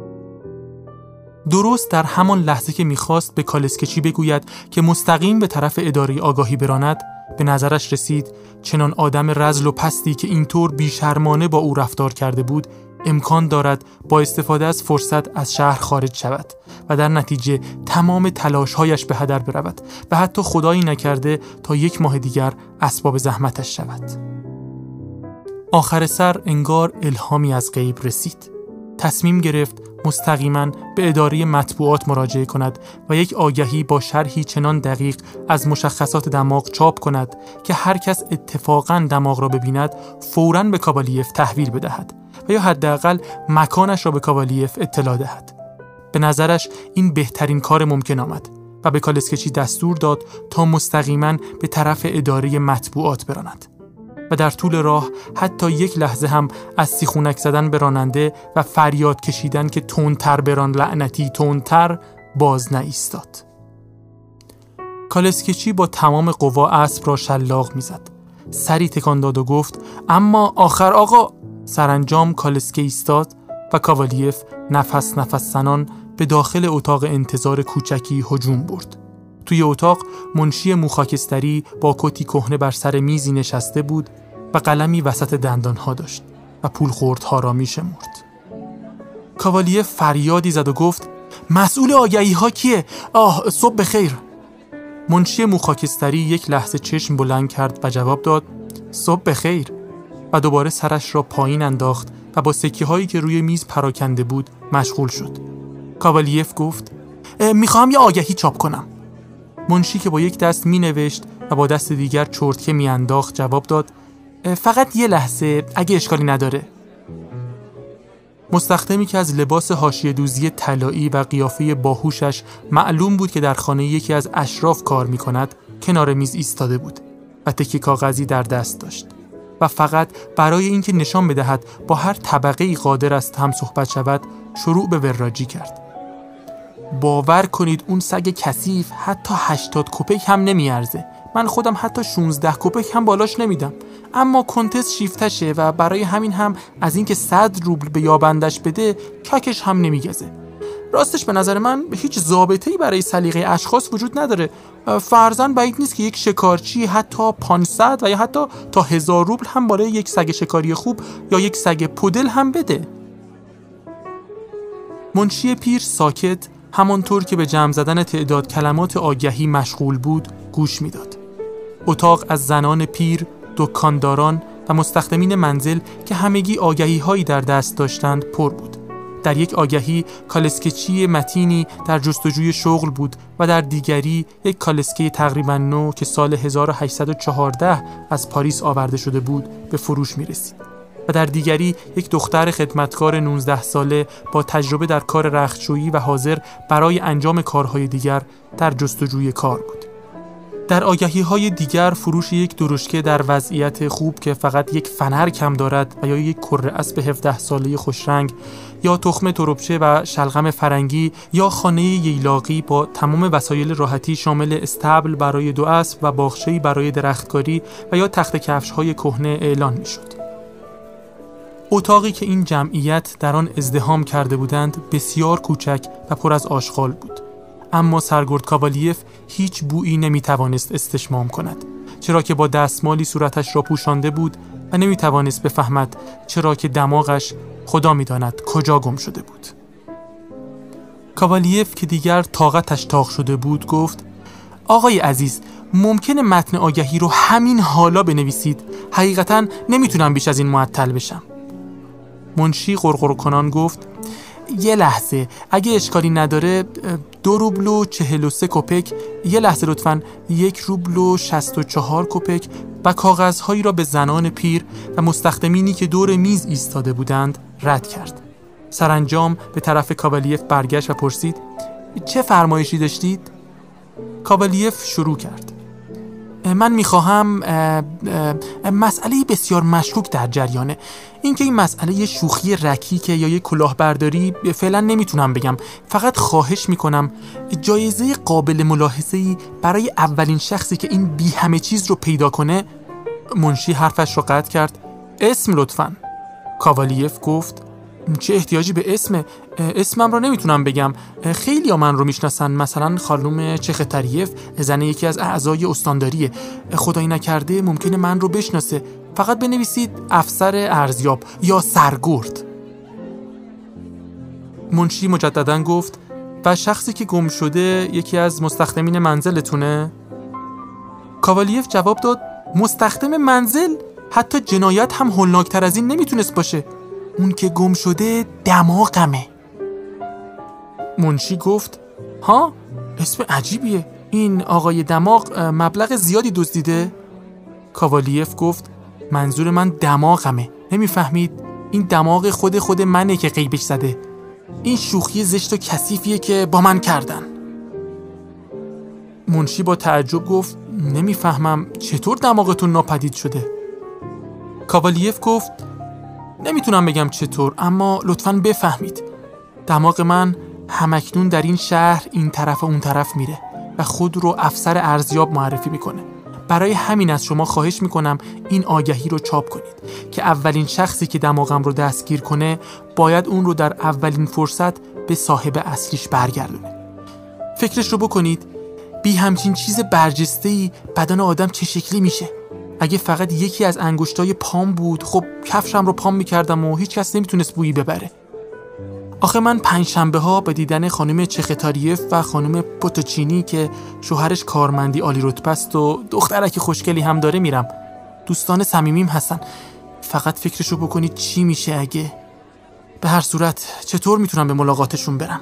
درست در همان لحظه که می‌خواست به کالسکه‌چی بگوید که مستقیم به طرف اداره آگاهی براند، به نظرش رسید چنان آدم رذل و پستی که اینطور بیشرمانه با او رفتار کرده بود امکان دارد با استفاده از فرصت از شهر خارج شود و در نتیجه تمام تلاش‌هایش به هدر برود و حتی خدایی نکرده تا یک ماه دیگر اسباب زحمتش شود. آخر سر انگار الهامی از غیب رسید. تصمیم گرفت مستقیما به اداره مطبوعات مراجعه کند و یک آگهی با شرحی چنان دقیق از مشخصات دماغ چاپ کند که هر کس اتفاقاً دماغ را ببیند فوراً به کاوالیف تحویل بدهد و یا حداقل مکانش را به کاوالیف اطلاع دهد. به نظرش این بهترین کار ممکن آمد و به کالسکه‌چی دستور داد تا مستقیما به طرف اداره مطبوعات براند. و در طول راه حتی یک لحظه هم از سیخونک زدن به راننده و فریاد کشیدن که تندتر بران لعنتی تندتر باز نایستاد. کالسکه‌چی با تمام قوا اسب را شلاق میزد. سری تکان داد و گفت اما آخر آقا. سرانجام کالسکه ایستاد و کاوالیف نفس نفس زنان به داخل اتاق انتظار کوچکی هجوم برد. توی اتاق منشی موخاکستری با کتی کهنه بر سر میزی نشسته بود و قلمی وسط دندانها داشت و پول خوردها را میشمرد. کاوالیف فریادی زد و گفت مسئول آگهی ها کیه؟ آه صبح بخیر. منشی موخاکستری یک لحظه چشم بلند کرد و جواب داد صبح بخیر و دوباره سرش را پایین انداخت و با سکه هایی که روی میز پراکنده بود مشغول شد. کاوالیف گفت میخوام یه آگهی چاپ کنم. منشی که با یک دست می نوشت و با دست دیگر چرتکه می انداخت جواب داد فقط یه لحظه اگه اشکالی نداره. مستخدمی که از لباس حاشیه دوزی طلایی و قیافه باهوشش معلوم بود که در خانه یکی از اشراف کار می کند کنار میز ایستاده بود و تکی کاغذی در دست داشت و فقط برای اینکه نشان بدهد با هر طبقه‌ای قادر است هم صحبت شود شروع به وراجی کرد. باور کنید اون سگ کثیف حتی هشتاد کپک هم نمیارزه. من خودم حتی شانزده کپک هم بالاش نمیدم، اما کنتس شیفتشه و برای همین هم از اینکه صد روبل به یابندش بده ککش هم نمیگزه. راستش به نظر من هیچ ضابطه‌ای برای سلیقه اشخاص وجود نداره. فرضاً بعید نیست که یک شکارچی حتی پانصد و یا حتی تا هزار روبل هم برای یک سگ شکاری خوب یا یک سگ پودل هم بده. منشی پیر ساکت همانطور که به جمع زدن تعداد کلمات آگهی مشغول بود گوش میداد. اتاق از زنان پیر، دکانداران و مستخدمین منزل که همگی آگهی هایی در دست داشتند پر بود. در یک آگهی کالسکه‌چی متینی در جستجوی شغل بود و در دیگری یک کالسکه تقریباً نو که سال هزار و هشتصد و چهارده از پاریس آورده شده بود به فروش می رسید. و در دیگری یک دختر خدمتکار نوزده ساله با تجربه در کار رختشویی و حاضر برای انجام کارهای دیگر در جستجوی کار بود. در آگهی‌های دیگر فروش یک درشکه در وضعیت خوب که فقط یک فنر کم دارد و یا یک کره اسب هفده ساله خوشرنگ یا تخم تربچه و شلغم فرنگی یا خانه ییلاقی با تمام وسایل راحتی شامل استبل برای دو اسب و باغچه‌ای برای درختکاری و یا تخت کفش‌های کهنه اعلان می‌شد. اتاقی که این جمعیت در آن ازدحام کرده بودند بسیار کوچک و پر از آشغال بود. اما سرگرد کاوالیف هیچ بویی نمیتوانست استشمام کند، چرا که با دستمالی صورتش را پوشانده بود و نمیتوانست بفهمد چرا که دماغش خدا میداند کجا گم شده بود. کاوالیف که دیگر طاقتش تاق شده بود گفت: آقای عزیز، ممکنه متن آگهی رو همین حالا بنویسید؟ حقیقتاً نمیتونم بیش از این معطل بشم. منشی غرغر کنان گفت: یه لحظه، اگه اشکالی نداره دو روبل و چهل و سه کپک، یه لحظه لطفاً یک روبل و شست و چهار کپک و کاغذهایی را به زنان پیر و مستخدمینی که دور میز ایستاده بودند رد کرد. سرانجام به طرف کاوالیف برگشت و پرسید: چه فرمایشی داشتید؟ کاوالیف شروع کرد: من میخواهم مسئله بسیار مشکوک در جریانه. اینکه این مسئله یه شوخی رکیکه یا یه کلاهبرداری فعلا نمیتونم بگم، فقط خواهش میکنم جایزه قابل ملاحظه‌ای برای اولین شخصی که این بی همه چیز رو پیدا کنه. منشی حرفش رو قطع کرد: اسم لطفاً. کاوالیف گفت: چه احتیاجی به اسم؟ اسمم رو نمیتونم بگم، خیلی ها من رو میشناسن، مثلا خانم چختریف، زن یکی از اعضای استانداریه. خدایی نکرده ممکنه من رو بشناسه. فقط بنویسید افسر ارزیاب یا سرگرد. منشی مجددا گفت: و شخصی که گم شده یکی از مستخدمین منزلتونه؟ کاوالیف جواب داد: مستخدم منزل؟ حتی جنایت هم هولناکتر از این نمیتونست باشه. اون که گم شده دماغمه. منشی گفت: ها، اسم عجیبیه. این آقای دماغ مبلغ زیادی دزدیده؟ کاوالیف گفت: منظور من دماغمه، نمیفهمید؟ این دماغ خود خود منه که غیبش زده. این شوخی زشت و کثیفیه که با من کردن. منشی با تعجب گفت: نمیفهمم چطور دماغتون ناپدید شده؟ کاوالیف گفت: نمیتونم بگم چطور، اما لطفاً بفهمید دماغ من همکنون در این شهر این طرف و اون طرف میره و خود رو افسر ارزیاب معرفی میکنه. برای همین از شما خواهش میکنم این آگهی رو چاپ کنید که اولین شخصی که دماغم رو دستگیر کنه باید اون رو در اولین فرصت به صاحب اصلیش برگردونه. فکرش رو بکنید، بی همچین چیز برجسته‌ای بدن آدم چه شکلی میشه؟ اگه فقط یکی از انگشتای پام بود، خب کفشم رو پام میکردم و هیچ کس نمیتونست بویی ببره. آخه من پنج شنبه ها به دیدن خانم چختاریف و خانم پوتوچینی که شوهرش کارمندی عالی رتبه است و دخترک خوشگلی هم داره میرم. دوستان صمیمیم هستن. فقط فکرشو بکنید چی میشه اگه. به هر صورت چطور میتونم به ملاقاتشون برم؟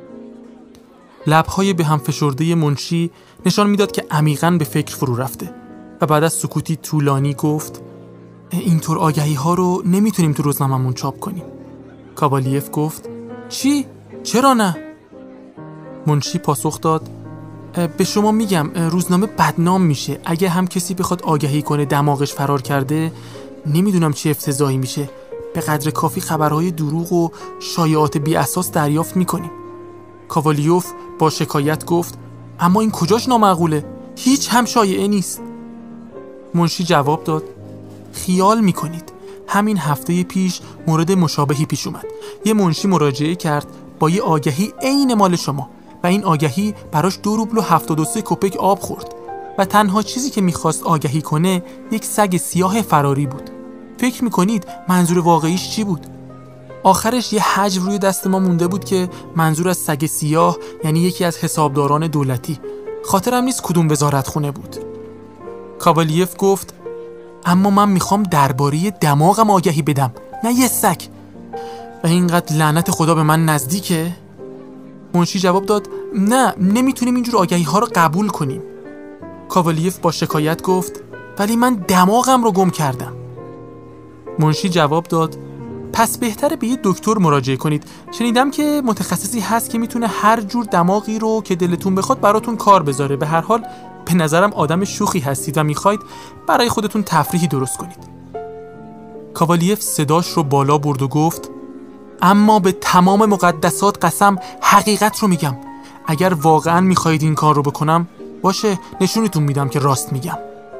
لبهای به هم فشرده منشی نشان میداد که عمیقاً به فکر فرو رفته و بعد از سکوتی طولانی گفت: اینطور آگهی ها رو نمیتونیم تو روزنامه‌مون چاپ کنیم. کاوالیف گفت: چی؟ چرا نه؟ منشی پاسخ داد: به شما میگم روزنامه بدنام میشه. اگه هم کسی بخواد آگهی کنه دماغش فرار کرده، نمیدونم چه افتضاحی میشه. به قدر کافی خبرهای دروغ و شایعات بی اساس دریافت میکنیم. کاوالیوف با شکایت گفت: اما این کجاش نامعقوله؟ هیچ هم شایعه نیست. منشی جواب داد: خیال میکنید. همین هفته پیش مورد مشابهی پیش اومد. یه منشی مراجعه کرد با یه آگهی عین مال شما و این آگهی براش دو روبل و هفتاد و سه کپک آب خورد و تنها چیزی که میخواست آگهی کنه یک سگ سیاه فراری بود. فکر میکنید منظور واقعیش چی بود؟ آخرش یه حجر روی دست ما مونده بود که منظور از سگ سیاه یعنی یکی از حسابداران دولتی. خاطرم نیست کدوم وزارتخونه بود. کاوالیف گفت: اما من میخوام درباره دماغم آگهی بدم، نه یه سگ. و اینقدر لعنت خدا به من نزدیکه؟ منشی جواب داد: نه، نمیتونیم اینجور آگهی ها رو قبول کنیم. کاوالیف با شکایت گفت: ولی من دماغم رو گم کردم. منشی جواب داد: پس بهتره به یه دکتر مراجعه کنید. شنیدم که متخصصی هست که میتونه هر جور دماغی رو که دلتون بخواد براتون کار بذاره. به هر حال به نظرم آدم شوخی هستید و میخواید برای خودتون تفریحی درست کنید. کاوالیف صداش رو بالا برد و گفت: اما به تمام مقدسات قسم، حقیقت رو میگم. اگر واقعا میخواید این کار رو بکنم، باشه، نشونتون میدم که راست میگم.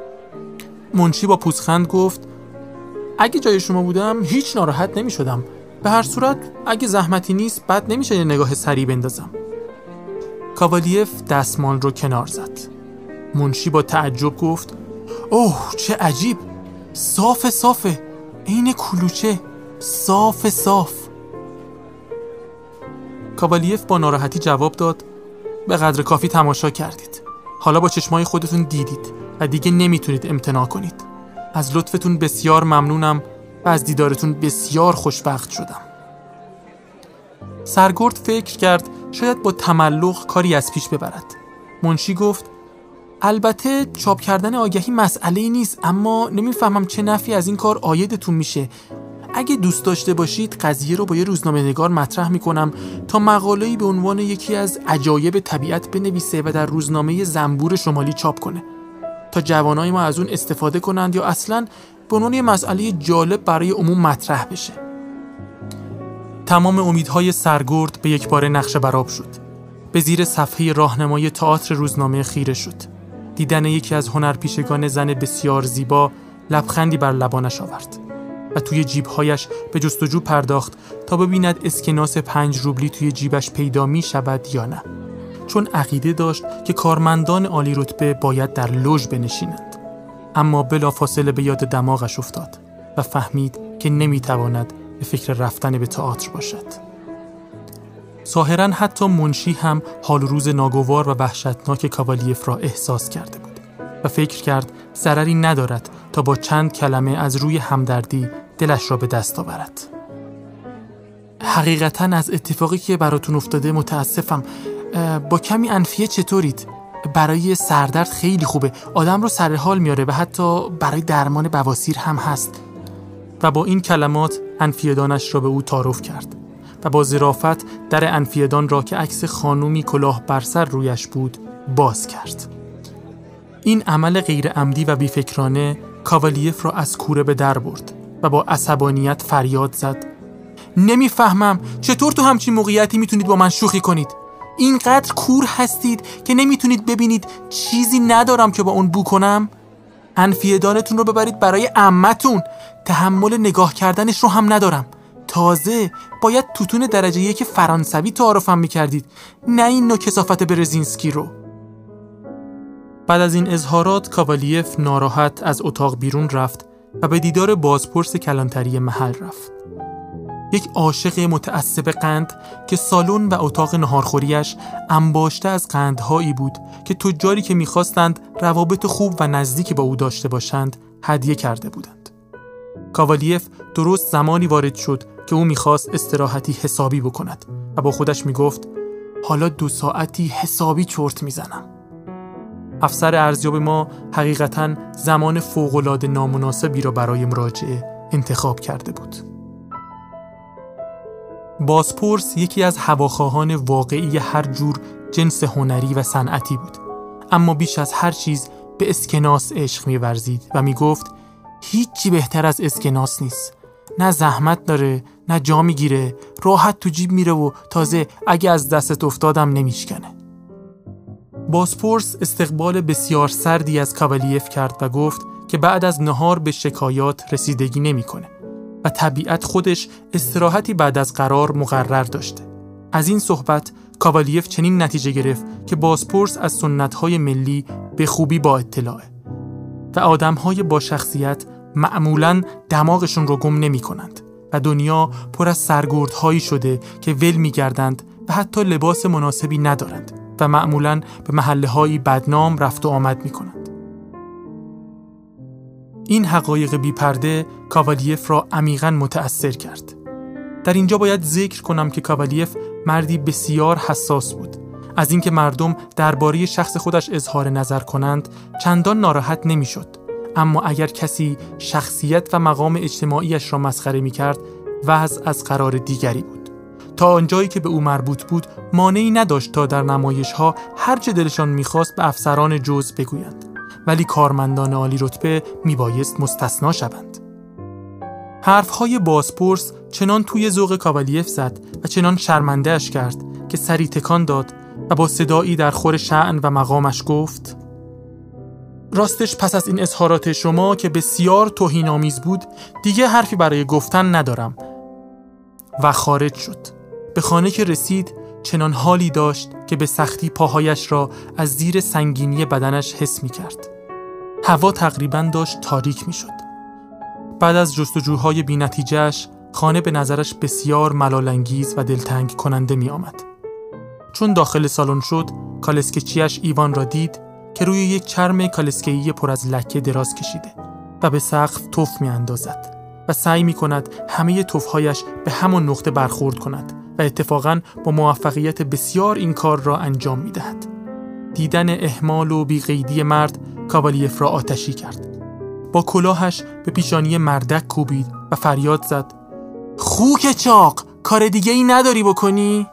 منشی با پوزخند گفت: اگه جای شما بودم هیچ ناراحت نمیشدم. به هر صورت اگه زحمتی نیست بد نمیشه یه نگاه سری بندازم. کاوالیف دستمال رو کنار زد. منشی با تعجب گفت اوه چه عجیب، صاف صافه، عین کلوچه، صاف صاف. کاوالیف با ناراحتی جواب داد به قدر کافی تماشا کردید. حالا با چشمای خودتون دیدید و دیگه نمیتونید امتناع کنید. از لطفتون بسیار ممنونم و از دیدارتون بسیار خوشبخت شدم. سرگرد فکر کرد شاید با تملق کاری از پیش ببرد. منشی گفت البته چاپ کردن آگهی مسئله نیست، اما نمیفهمم چه نفعی از این کار عایدتون میشه. اگه دوست داشته باشید قضیه رو با یه روزنامه‌نگار مطرح میکنم تا مقاله‌ای به عنوان یکی از عجایب طبیعت بنویسه و در روزنامه زنبور شمالی چاپ کنه تا جوانای ما از اون استفاده کنند یا اصلاً به عنوان یه مسئله جالب برای عموم مطرح بشه. تمام امیدهای سرگرد به یک باره نقش برآب شد. به زیر صفحه راهنمای تئاتر روزنامه خیره شد. دیدن یکی از هنرپیشگان زن بسیار زیبا لبخندی بر لبانش آورد و توی جیبهایش به جستجو پرداخت تا ببیند اسکناس پنج روبلی توی جیبش پیدا می شود یا نه، چون عقیده داشت که کارمندان عالی رتبه باید در لوژ بنشینند. اما بلافاصله به یاد دماغش افتاد و فهمید که نمی تواند به فکر رفتن به تئاتر باشد. ظاهراً حتی منشی هم حال روز ناگوار و وحشتناک کاوالیف را احساس کرده بود و فکر کرد ضرری ندارد تا با چند کلمه از روی همدردی دلش را به دست آورد. حقیقتاً از اتفاقی که براتون افتاده متاسفم. با کمی انفیه چطورید؟ برای سردرد خیلی خوبه، آدم رو سر حال میاره و حتی برای درمان بواسیر هم هست. و با این کلمات انفیه‌دانش را به او تعارف کرد و با ظرافت در انفیه‌دان را که عکس خانومی کلاه بر سر رویش بود باز کرد. این عمل غیر عمدی و بیفکرانه کاوالیف را از کوره به در برد و با عصبانیت فریاد زد نمیفهمم چطور تو همچین موقعیتی میتونید با من شوخی کنید؟ اینقدر کور هستید که نمیتونید ببینید چیزی ندارم که با اون بو کنم؟ انفیه‌دانتون رو ببرید برای عمتون، تحمل نگاه کردنش رو هم ندارم. تازه باید توتون درجه یک فرانسوی تعارفم میکردید، نه این نوع کثافت برزینسکی رو. بعد از این اظهارات کاوالیف ناراحت از اتاق بیرون رفت و به دیدار بازپرس کلانتری محل رفت. یک عاشق متعصب قند که سالن و اتاق نهارخوریش انباشته از قندهایی بود که تجاری که می‌خواستند روابط خوب و نزدیکی با او داشته باشند هدیه کرده بودند. کاوالیف درست زمانی وارد شد که او می‌خواست استراحتی حسابی بکند و با خودش می‌گفت حالا دو ساعتی حسابی چرت می‌زنم. افسر ارزیاب ما حقیقتاً زمان فوق‌العاده نامناسبی را برای مراجعه انتخاب کرده بود. بازپرس یکی از هواخواهان واقعی هر جور جنس هنری و صنعتی بود، اما بیش از هر چیز به اسکناس عشق می‌ورزید و می‌گفت هیچی بهتر از اسکناس نیست. نه زحمت داره، نه جا میگیره، راحت تو جیب میره و تازه اگه از دستت افتادم نمیشکنه. بازپرس استقبال بسیار سردی از کاوالیف کرد و گفت که بعد از نهار به شکایات رسیدگی نمی‌کنه و طبیعت خودش استراحتی بعد از قرار مقرر داشته. از این صحبت کاوالیف چنین نتیجه گرفت که بازپرس از سنت‌های ملی به خوبی با اطلاعه و آدم‌های با شخصیت معمولاً دماغشون رو گم نمی‌کنند و دنیا پر از سرگردهایی شده که ول می‌گردند و حتی لباس مناسبی ندارند و معمولاً به محله‌هایی بدنام رفت و آمد می‌کنند. این حقایق بی پرده کاوالیف را عمیقاً متأثر کرد. در اینجا باید ذکر کنم که کاوالیف مردی بسیار حساس بود. از اینکه مردم درباره شخص خودش اظهار نظر کنند چندان ناراحت نمی‌شد، اما اگر کسی شخصیت و مقام اجتماعیش را مسخره می‌کرد وضع از قرار دیگری بود. تا آنجایی که به او مربوط بود مانعی نداشت تا در نمایش‌ها هر چه دلشان می‌خواست به افسران جزء بگویند، ولی کارمندان عالی رتبه میبایست مستثنا شوند. حرفهای بازپرس چنان توی ذوق کاوالیف زد و چنان شرمنده‌اش کرد که سری تکان داد و با صدایی در خور شأن و مقامش گفت راستش پس از این اظهارات شما که بسیار توهین‌آمیز بود دیگه حرفی برای گفتن ندارم. و خارج شد. به خانه که رسید چنان حالی داشت که به سختی پاهایش را از زیر سنگینی بدنش حس می کرد. هوا تقریباً داشت تاریک می شد. بعد از جستجوهای بی نتیجهش خانه به نظرش بسیار ملال‌انگیز و دلتنگ کننده می آمد. چون داخل سالن شد، کالسکه‌چی‌اش ایوان را دید که روی یک چرم کالسکه‌ای پر از لکه دراز کشیده و به سقف تف می اندازد و سعی می کند همه تف‌هایش به همان نقطه برخورد کند و اتفاقاً با موفقیت بسیار این کار را انجام می دهد. دیدن اهمال و بی‌قیدی مرد کاوالیف را آتشی کرد. با کلاهش به پیشانی مردک کوبید و فریاد زد: خوک چاق، کار دیگه ای نداری بکنی؟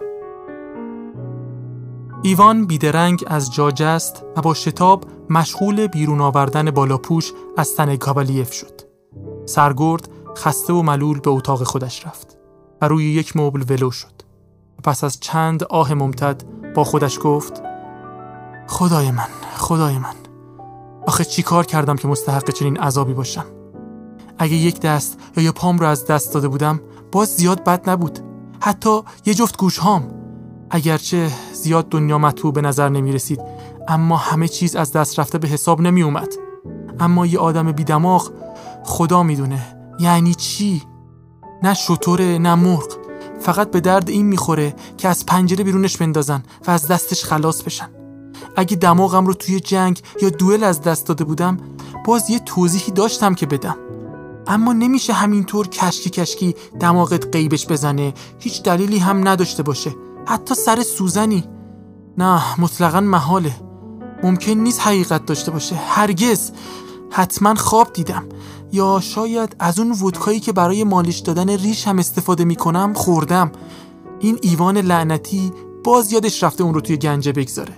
ایوان بیدرنگ از جا جست و با شتاب مشغول بیرون آوردن بالاپوش از تن کاوالیف شد. سرگرد خسته و ملول به اتاق خودش رفت و روی یک مبل ولو شد و پس از چند آه ممتد با خودش گفت: خدای من، خدای من، آخه چی کار کردم که مستحق چنین عذابی باشم؟ اگه یک دست یا یه پام رو از دست داده بودم باز زیاد بد نبود، حتی یه جفت گوش هام. اگرچه زیاد دنیا مطبوع به نظر نمی رسید، اما همه چیز از دست رفته به حساب نمی اومد. اما یه آدم بی دماغ، خدا می دونه یعنی چی؟ نه شتره نه مرغ، فقط به درد این میخوره که از پنجره بیرونش بندازن و از دستش خلاص بشن. اگه دماغم رو توی جنگ یا دوئل از دست داده بودم باز یه توضیحی داشتم که بدم، اما نمیشه همینطور کشکی کشکی دماغت غیبش بزنه، هیچ دلیلی هم نداشته باشه، حتی سر سوزنی. نه، مطلقاً محاله. ممکن نیست حقیقت داشته باشه، هرگز. حتما خواب دیدم، یا شاید از اون ودکایی که برای مالش دادن ریش هم استفاده میکنم خوردم. این ایوان لعنتی باز یادش رفته اون رو توی گنجه بگذاره.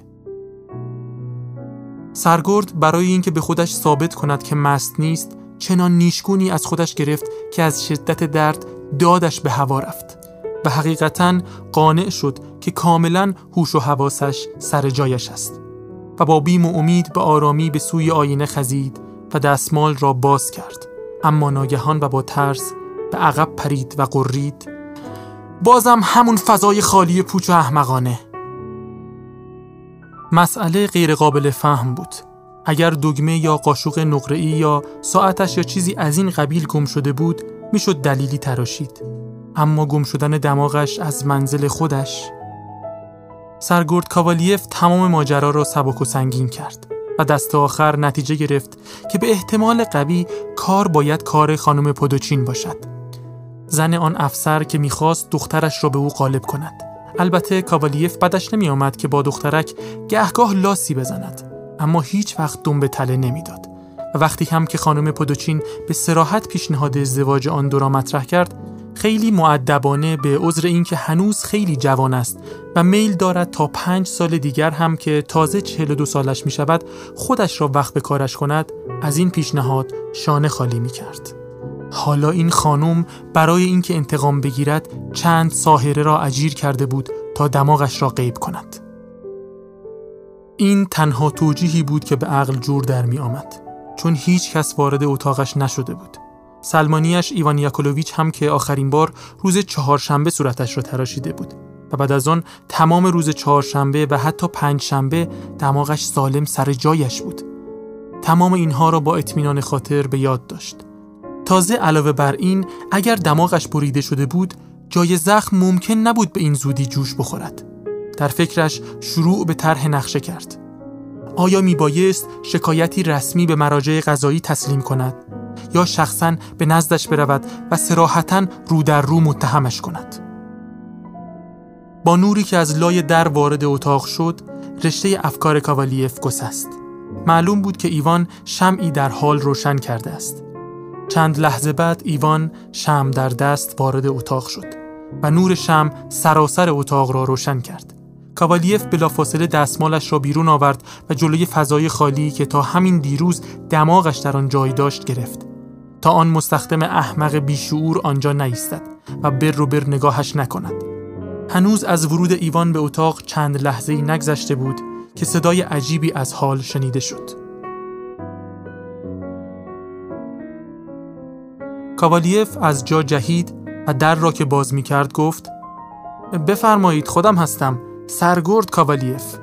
سرگرد برای اینکه به خودش ثابت کند که مست نیست، چنان نیشگونی از خودش گرفت که از شدت درد دادش به هوا رفت و حقیقتاً قانع شد که کاملاً هوش و حواسش سر جایش است و با بیم و امید به آرامی به سوی آینه خزید و دستمال را باز کرد، اما ناگهان و با ترس به عقب پرید و قرید: بازم همون فضای خالی پوچ و احمقانه. مسئله غیر قابل فهم بود. اگر دگمه یا قاشق نقره‌ای یا ساعتش یا چیزی از این قبیل گم شده بود میشد دلیلی تراشید، اما گم شدن دماغش از منزل خودش. سرگرد کاوالیف تمام ماجرا را سبک و سنگین کرد و دست آخر نتیجه گرفت که به احتمال قوی کار باید کار خانم پودوچین باشد، زن آن افسر که میخواست دخترش را به او غالب کند. البته کاوالیف بدش نمی آمد که با دخترک گهگاه لاسی بزند، اما هیچ وقت دم به تله نمیداد و وقتی هم که خانم پودوچین به صراحت پیشنهاد ازدواج آن دو را مطرح کرد، خیلی مؤدبانه به عذر اینکه هنوز خیلی جوان است و میل دارد تا پنج سال دیگر هم که تازه چهل و دو سالش می شود خودش را وقت به کارش کند، از این پیشنهاد شانه خالی می کرد. حالا این خانم برای اینکه انتقام بگیرد چند ساحره را اجیر کرده بود تا دماغش را غیب کند. این تنها توجیهی بود که به عقل جور در می آمد، چون هیچ کس وارد اتاقش نشده بود. سلمانیش ایوان یاکولویچ هم که آخرین بار روز چهارشنبه صورتش را تراشیده بود و بعد از آن تمام روز چهارشنبه و حتی پنج شنبه دماغش سالم سر جایش بود. تمام اینها را با اطمینان خاطر به یاد داشت. تازه علاوه بر این، اگر دماغش بریده شده بود، جای زخم ممکن نبود به این زودی جوش بخورد. در فکرش شروع به طرح نقشه کرد. آیا میبایست شکایتی رسمی به مراجع قضایی تسلیم کند یا شخصاً به نزدش برود و صراحتاً رو در رو متهمش کند؟ با نوری که از لای در وارد اتاق شد، رشته افکار کاوالیف گسست. معلوم بود که ایوان شمعی در حال روشن کرده است. چند لحظه بعد ایوان شمع در دست وارد اتاق شد و نور شمع سراسر اتاق را روشن کرد. کاوالیف بلافاصله دستمالش را بیرون آورد و جلوی فضای خالی که تا همین دیروز دماغش در آن جای داشت گرفت، تا آن مستخدم احمق بیشعور آنجا نایستد و بر رو بر نگاهش نکند. هنوز از ورود ایوان به اتاق چند لحظه‌ای نگذشته بود که صدای عجیبی از حال شنیده شد. کاوالیف از جا جهید و در را که باز می کرد گفت: بفرمایید، خودم هستم، سرگرد کاوالیف.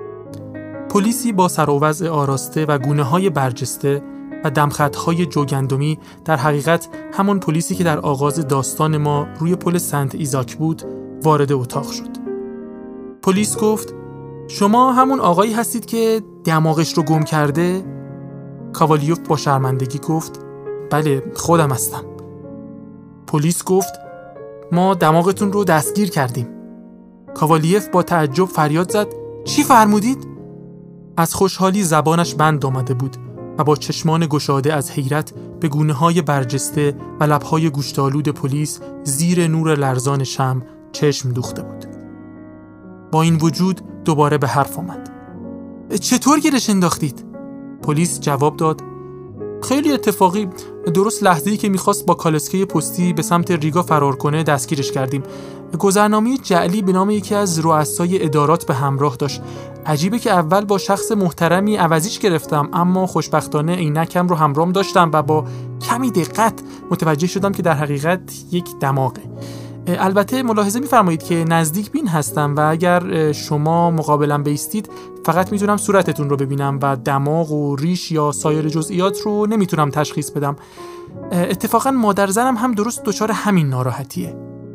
پلیسی با سر و وضع آراسته و گونه‌های برجسته و دمخطهای جوگندمی، در حقیقت همون پلیسی که در آغاز داستان ما روی پل سنت ایزاک بود، وارد اتاق شد. پلیس گفت: شما همون آقایی هستید که دماغش رو گم کرده؟ کاوالیوف با شرمندگی گفت: بله، خودم هستم. پلیس گفت: ما دماغتون رو دستگیر کردیم. کاوالیف با تعجب فریاد زد: چی فرمودید؟ از خوشحالی زبانش بند آمده بود و با چشمان گشاده از حیرت به گونه‌های برجسته و لب‌های گوشت‌آلود پلیس زیر نور لرزان شمع چشم دوخته بود. با این وجود دوباره به حرف آمد: چطور گیرش انداختید؟ پلیس جواب داد: خیلی اتفاقی، درست لحظه‌ای که می‌خواست با کالسکه پستی به سمت ریگا فرار کنه دستگیرش کردیم. گذرنامه جعلی به نام یکی از رؤسای ادارات به همراه داشت. عجیبه که اول با شخص محترمی عوضیش گرفتم، اما خوشبختانه عینکم رو همراهم داشتم و با کمی دقت متوجه شدم که در حقیقت یک دماغه. البته ملاحظه می‌فرمایید که نزدیک بین هستم و اگر شما مقابلم بیستید فقط میتونم صورتتون رو ببینم و دماغ و ریش یا سایر جزئیات رو نمیتونم تشخیص بدم. اتفاقا مادر زنم هم درست دچار همین ناراحتیه.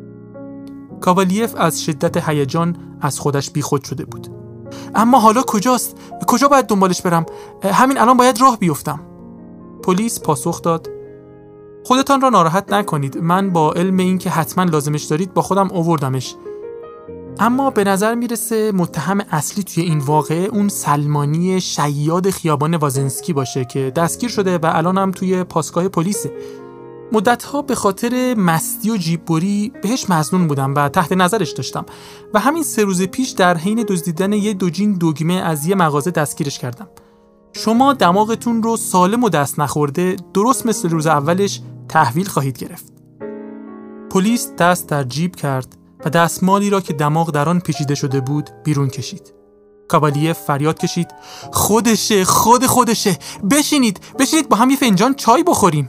کاوالیف از شدت هیجان از خودش بیخود شده بود. اما حالا کجاست؟ کجا باید دنبالش برم؟ همین الان باید راه بیفتم. پلیس پاسخ داد: خودتان را ناراحت نکنید، من با علم این که حتما لازمش دارید با خودم آوردمش. اما به نظر میرسه متهم اصلی توی این واقعه اون سلمانی شیاد خیابان وازنسکی باشه که دستگیر شده و الان هم توی پاسگاه پلیسه. مدتها به خاطر مستی و جیببری بهش مظنون بودم و تحت نظرش داشتم و همین سه روز پیش در حین دزدیدن یه دوجین دگمه از یه مغازه دستگیرش کردم. شما دماغتون رو سالم و دست نخورده درست مثل روز اولش تحویل خواهید گرفت. پلیس دست در جیب کرد و دستمالی را که دماغ در آن پیچیده شده بود بیرون کشید. کاوالیف فریاد کشید: خودشه، خود خودشه، بشینید، بشینید با هم یه فنجان چای بخوریم.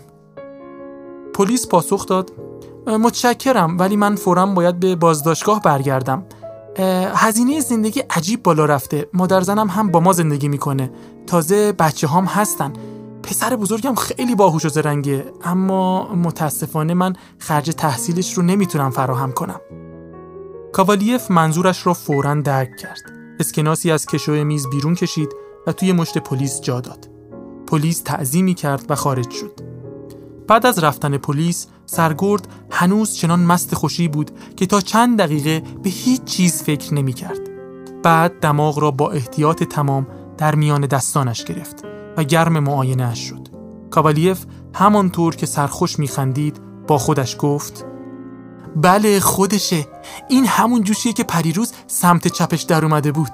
پلیس پاسخ داد: متشکرم، ولی من فوراً باید به بازداشتگاه برگردم. هزینه زندگی عجیب بالا رفته. مادر زنم هم با ما زندگی میکنه. تازه بچه هم هستن. پسر بزرگم خیلی باهوش و زرنگه، اما متاسفانه من خرج تحصیلش رو نمیتونم فراهم کنم. کاوالیف منظورش را فوراً درک کرد. اسکناسی از کشو میز بیرون کشید و توی مشت پلیس جا داد. پلیس تعظیمی کرد و خارج شد. بعد از رفتن پلیس، سرگرد هنوز چنان مست خوشی بود که تا چند دقیقه به هیچ چیز فکر نمی کرد. بعد دماغ را با احتیاط تمام در میان دستانش گرفت و گرم معاینه اش شد. کاوالیف همانطور که سرخوش می خندید با خودش گفت: بله خودشه، این همون جوشیه که پریروز سمت چپش در اومده بود.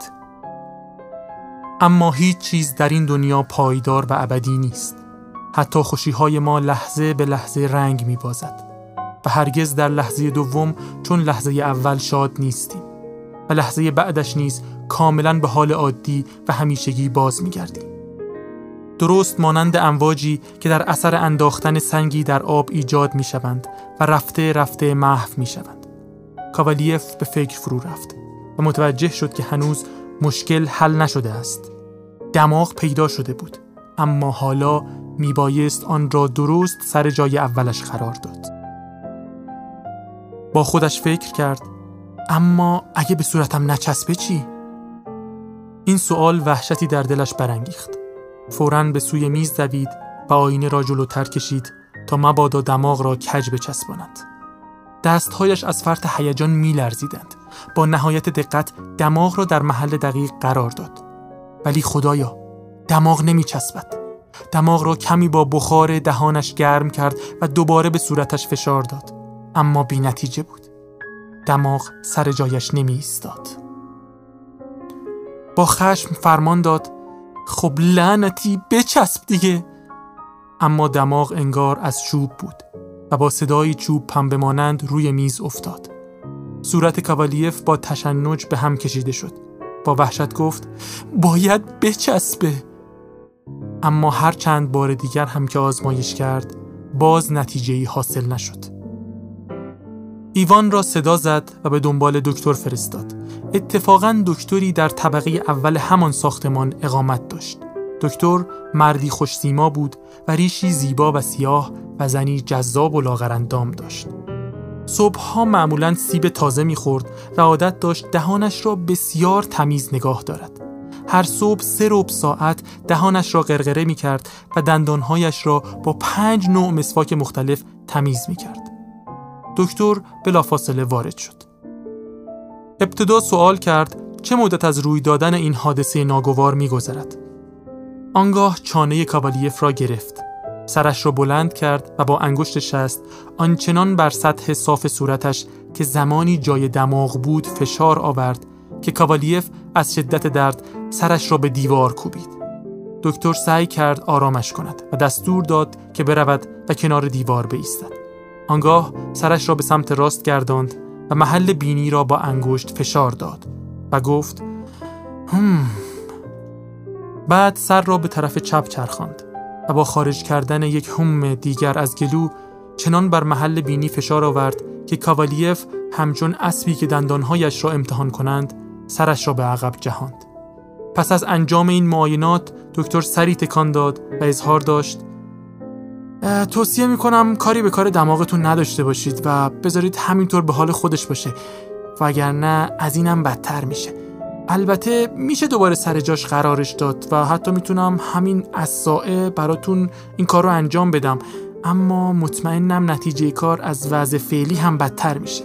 اما هیچ چیز در این دنیا پایدار و ابدی نیست. حتی خوشی‌های ما لحظه به لحظه رنگ می‌بازد و هرگز در لحظه دوم چون لحظه اول شاد نیستیم و لحظه بعدش نیز کاملاً به حال عادی و همیشگی باز می‌گردیم. درست مانند امواجی که در اثر انداختن سنگی در آب ایجاد می‌شوند و رفته رفته محو می‌شوند. کاوالیف به فکر فرو رفت و متوجه شد که هنوز مشکل حل نشده است. دماغ پیدا شده بود، اما حالا میبایست آن را درست سر جای اولش قرار داد. با خودش فکر کرد: اما اگه به صورتم نچسبه چی؟ این سوال وحشتی در دلش برانگیخت. فوراً به سوی میز دوید و آینه را جلوتر کشید تا مبادا دماغ را کج بچسباند. دستهایش از فرط هیجان میلرزیدند. با نهایت دقت دماغ را در محل دقیق قرار داد. ولی خدایا، دماغ نمیچسبد. دماغ را کمی با بخار دهانش گرم کرد و دوباره به صورتش فشار داد، اما بی نتیجه بود. دماغ سر جایش نمی ایستاد. با خشم فرمان داد: خب لعنتی، بچسب دیگه. اما دماغ انگار از چوب بود و با صدای چوب پنبه مانند روی میز افتاد. صورت کاوالیف با تشنج به هم کشیده شد. با وحشت گفت: باید بچسبه. اما هر چند بار دیگر هم که آزمایش کرد، باز نتیجه‌ای حاصل نشد. ایوان را صدا زد و به دنبال دکتر فرستاد. اتفاقاً دکتری در طبقه اول همان ساختمان اقامت داشت. دکتر مردی خوش‌سیما بود و ریشی زیبا و سیاه و زنی جذاب و لاغرندام داشت. صبحها معمولاً سیب تازه می‌خورد و عادت داشت دهانش را بسیار تمیز نگاه دارد. هر صبح سه ربع ساعت دهانش را غرغره می‌کرد و دندانهایش را با پنج نوع مسواک مختلف تمیز می‌کرد. دکتر بلافاصله وارد شد. ابتدا سوال کرد چه مدت از روی دادن این حادثه ناگوار می‌گذرد. آنگاه چانه کاوالیف را گرفت. سرش را بلند کرد و با انگشت شست آنچنان بر سطح صاف صورتش که زمانی جای دماغ بود فشار آورد که کاوالیف از شدت درد سرش را به دیوار کوبید. دکتر سعی کرد آرامش کند و دستور داد که برود و کنار دیوار بایستد. آنگاه سرش را به سمت راست گرداند و محل بینی را با انگشت فشار داد و گفت هم. بعد سر را به طرف چپ چرخاند و با خارج کردن یک هم دیگر از گلو چنان بر محل بینی فشار آورد که کاوالیف همچون اسبی که دندانهایش را امتحان کنند سرش را به عقب جهاند. پس از انجام این معاینات دکتر سری تکان داد و اظهار داشت توصیه میکنم کاری به کار دماغتون نداشته باشید و بذارید همینطور به حال خودش باشه، وگرنه از اینم بدتر میشه. البته میشه دوباره سر جاش قرارش داد و حتی میتونم همین از ساعه براتون این کار رو انجام بدم، اما مطمئنم نتیجه کار از وضع فعلی هم بدتر میشه.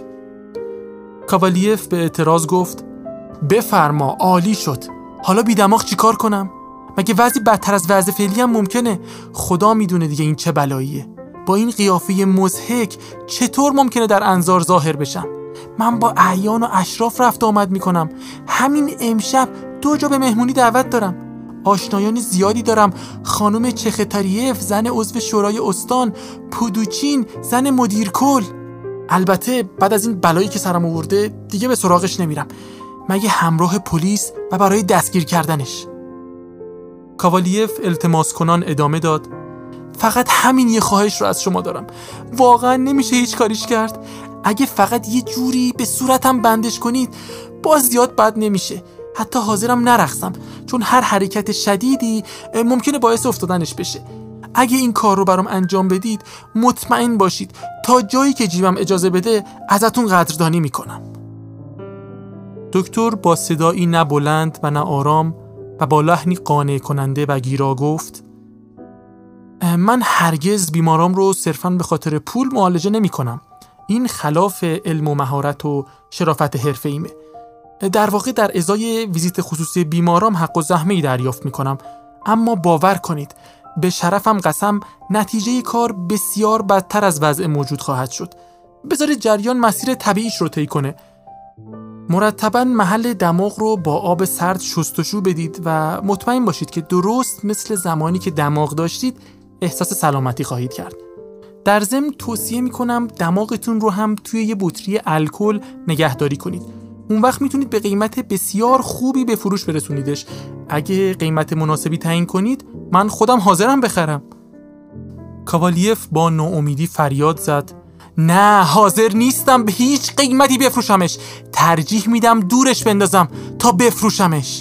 کاوالیف به اعتراض گفت بفرما، عالی شد. حالا بی دماغ چی کار کنم؟ مگه وضعی بدتر از وضع فعلی هم ممکنه؟ خدا میدونه دیگه این چه بلاییه. با این قیافه مضحک چطور ممکنه در انظار ظاهر بشم؟ من با اعیان و اشراف رفت آمد میکنم. همین امشب دو جا به مهمونی دعوت دارم. آشنایان زیادی دارم. خانم چختاریف زن عضو شورای استان، پودوچین زن مدیر کل. البته بعد از این بلایی که سرم آورده دیگه به سراغش نمیرم، مگه همراه پلیس و برای دستگیر کردنش. کاوالیف التماس کنان ادامه داد فقط همین یه خواهش رو از شما دارم. واقعا نمیشه هیچ کاریش کرد. اگه فقط یه جوری به صورتم بندش کنید باز زیاد بد نمیشه. حتی حاضرم نرقصم، چون هر حرکت شدیدی ممکنه باعث افتادنش بشه. اگه این کار رو برام انجام بدید مطمئن باشید تا جایی که جیبم اجازه بده ازتون قدردانی میکنم. دکتر با صدایی نه بلند و نه آرام و با لحنی قانع کننده و گیرا گفت من هرگز بیمارام رو صرفاً به خاطر پول معالجه نمی کنم. این خلاف علم و مهارت و شرافت حرفه‌ایمه. در واقع در ازای ویزیت خصوصی بیمارام حق و زحمه‌ای دریافت می کنم، اما باور کنید به شرفم قسم نتیجه کار بسیار بدتر از وضع موجود خواهد شد. بذارید جریان مسیر طبیعیش رو طی کنه. مرتباً محل دماغ رو با آب سرد شستشو بدید و مطمئن باشید که درست مثل زمانی که دماغ داشتید احساس سلامتی خواهید کرد. در ضمن توصیه میکنم دماغتون رو هم توی یه بطری الکل نگهداری کنید. اون وقت میتونید به قیمت بسیار خوبی به فروش برسونیدش. اگه قیمت مناسبی تعیین کنید من خودم حاضرم بخرم. کاوالیف با ناامیدی فریاد زد نه، حاضر نیستم به هیچ قیمتی بفروشمش. ترجیح میدم دورش بندازم تا بفروشمش.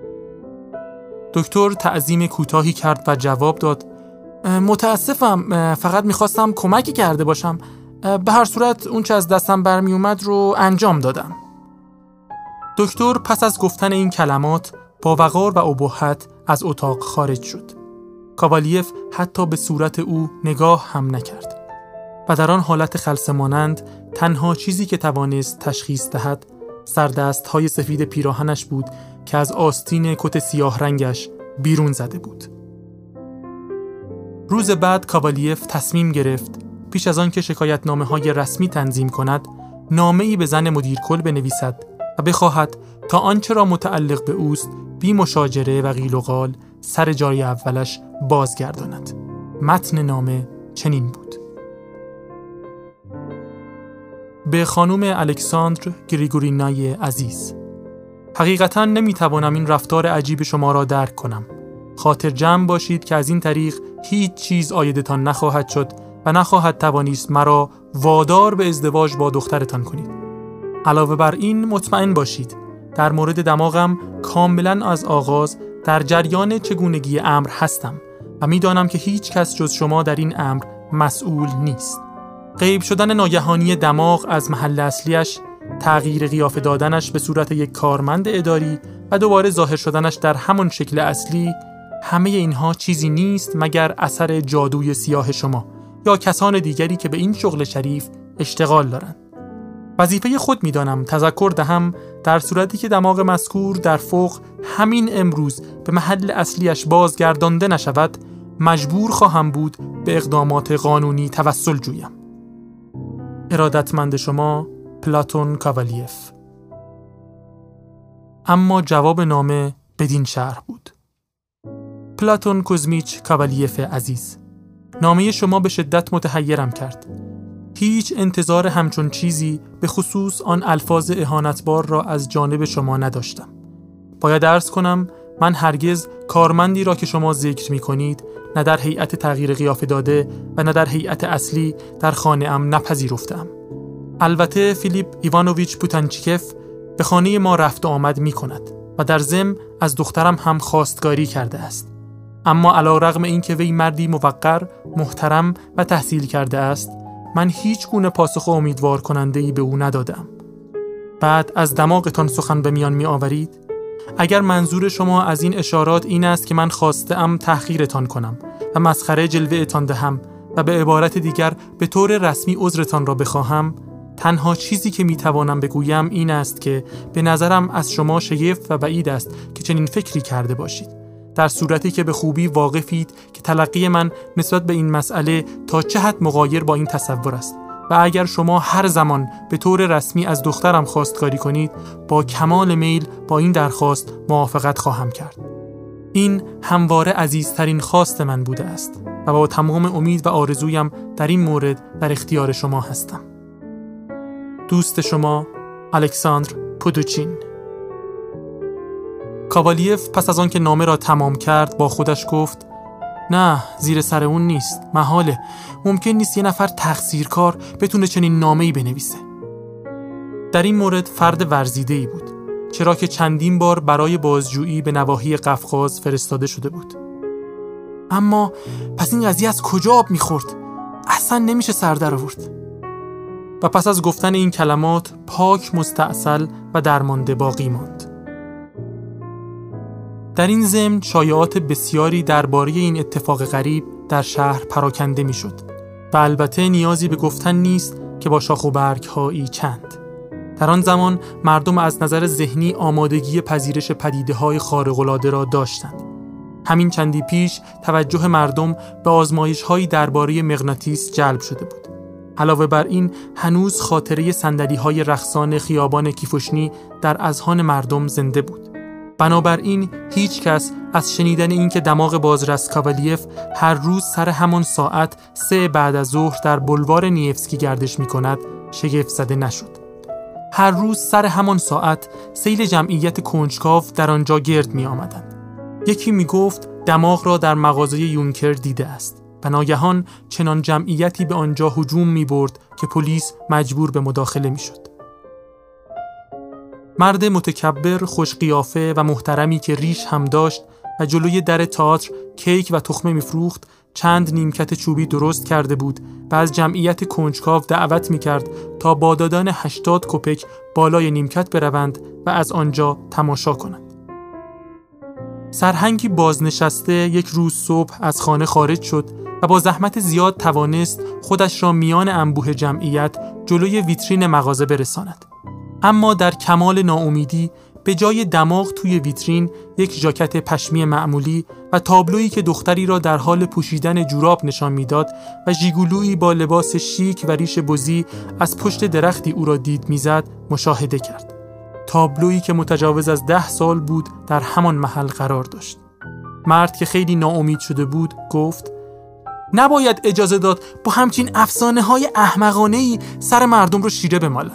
دکتر تعظیم کوتاهی کرد و جواب داد متاسفم، فقط میخواستم کمکی کرده باشم. به هر صورت اون چه از دستم برمی اومد رو انجام دادم. دکتر پس از گفتن این کلمات با وقار و ابهت از اتاق خارج شد. کاوالیف حتی به صورت او نگاه هم نکرد و در آن حالت خلسه مانند تنها چیزی که توانست تشخیص دهد سردست‌های سفید پیراهنش بود که از آستین کت سیاه رنگش بیرون زده بود. روز بعد کاوالیف تصمیم گرفت پیش از آن که شکایتنامه‌های رسمی تنظیم کند نامه‌ای به زن مدیر کل بنویسد و بخواهد تا آنچه را متعلق به اوست بی مشاجره و قیل و قال سر جای اولش بازگرداند. متن نامه چنین بود: به خانم الکساندر گریگورینای عزیز، حقیقتاً نمیتوانم این رفتار عجیب شما را درک کنم. خاطر جمع باشید که از این طریق هیچ چیز عایدتان نخواهد شد و نخواهد توانست مرا وادار به ازدواج با دخترتان کنید. علاوه بر این مطمئن باشید در مورد دماغم کاملا از آغاز در جریان چگونگی امر هستم و میدانم که هیچ کس جز شما در این امر مسئول نیست. غیب شدن ناگهانی دماغ از محل اصلیش، تغییر قیافه دادنش به صورت یک کارمند اداری و دوباره ظاهر شدنش در همان شکل اصلی، همه اینها چیزی نیست مگر اثر جادوی سیاه شما یا کسان دیگری که به این شغل شریف اشتغال دارند. وظیفه خود می‌دانم تذکر دهم در صورتی که دماغ مذکور در فوق همین امروز به محل اصلیش بازگردانده نشود، مجبور خواهم بود به اقدامات قانونی توسل جویم. ارادتمند شما، پلاتون کاوالیف. اما جواب نامه بدین شرح بود: پلاتون کوزمیچ کاوالیف عزیز، نامه شما به شدت متحیرم کرد. هیچ انتظار همچون چیزی به خصوص آن الفاظ اهانتبار را از جانب شما نداشتم. باید عرض کنم من هرگز کارمندی را که شما ذکر می کنید نه در هیئت تغییر قیافه داده و نه در هیئت اصلی در خانه ام نپذیرفتم. البته فیلیپ ایوانوویچ پوتانچیکف به خانه ما رفت و آمد می کند و در ضمن از دخترم هم خواستگاری کرده است. اما علیرغم اینکه وی مردی موقر، محترم و تحصیل کرده است، من هیچ گونه پاسخ امیدوار کننده‌ای به او ندادم. بعد از دماغتان سخن به میان می آورید؟ اگر منظور شما از این اشارات این است که من خواسته‌ام تحقیرتان کنم و مسخره جلوه‌تان دهم و به عبارت دیگر به طور رسمی عذرتان را بخواهم، تنها چیزی که میتوانم بگویم این است که به نظرم از شما شگفت و بعید است که چنین فکری کرده باشید، در صورتی که به خوبی واقفید که تلقی من نسبت به این مسئله تا چه حد مغایر با این تصور است و اگر شما هر زمان به طور رسمی از دخترم خواستگاری کنید، با کمال میل با این درخواست موافقت خواهم کرد. این همواره عزیزترین خواست من بوده است و با تمام امید و آرزویم در این مورد در اختیار شما هستم. دوست شما، الکساندر پودوچین. کاوالیف پس از آن که نامه را تمام کرد با خودش گفت: نه، زیر سر اون نیست. محاله. ممکن نیست یه نفر تقصیرکار بتونه چنین نامه‌ای بنویسه. در این مورد فرد ورزیده‌ای بود، چرا که چندین بار برای بازجویی به نواحی قفقاز فرستاده شده بود. اما پس این قضیه از کجا آب می‌خورد؟ اصلا نمیشه سر در آورد. و پس از گفتن این کلمات پاک مستعسل و درمانده باقی ماند. در این ضمن شایعات بسیاری درباره این اتفاق غریب در شهر پراکنده میشد و البته نیازی به گفتن نیست که با شاخ و برگ هایی چند. در آن زمان مردم از نظر ذهنی آمادگی پذیرش پدیده های خارق العاده را داشتند. همین چندی پیش توجه مردم به آزمایش هایی درباره مغناطیس جلب شده بود. علاوه بر این هنوز خاطره صندلی های رقصان خیابان کیفوشنی در اذهان مردم زنده بود. بنابراین هیچ کس از شنیدن این که دماغ بازرس کاوالیف هر روز سر همان ساعت سه بعد از ظهر در بلوار نیفسکی گردش می کند شگفت زده نشد. هر روز سر همان ساعت سیل جمعیت کنجکاو در آنجا گرد می آمدند. یکی می گفت دماغ را در مغازه یونکر دیده است و ناگهان چنان جمعیتی به آنجا هجوم می برد که پلیس مجبور به مداخله می شد. مرد متکبر، خوش قیافه و محترمی که ریش هم داشت و جلوی در تئاتر کیک و تخمه میفروخت، چند نیمکت چوبی درست کرده بود و از جمعیت کنجکاو دعوت میکرد تا با دادن هشتاد کپک بالای نیمکت بروند و از آنجا تماشا کنند. سرهنگی بازنشسته یک روز صبح از خانه خارج شد و با زحمت زیاد توانست خودش را میان انبوه جمعیت جلوی ویترین مغازه برساند. اما در کمال ناامیدی به جای دماغ توی ویترین یک ژاکت پشمی معمولی و تابلویی که دختری را در حال پوشیدن جوراب نشان میداد و ژیگولویی با لباس شیک و ریش بزی از پشت درختی او را دید میزد مشاهده کرد. تابلویی که متجاوز از ده سال بود در همان محل قرار داشت. مرد که خیلی ناامید شده بود گفت: نباید اجازه داد با همچین افسانه های احمقانه‌ای سر مردم رو شیره بمالن.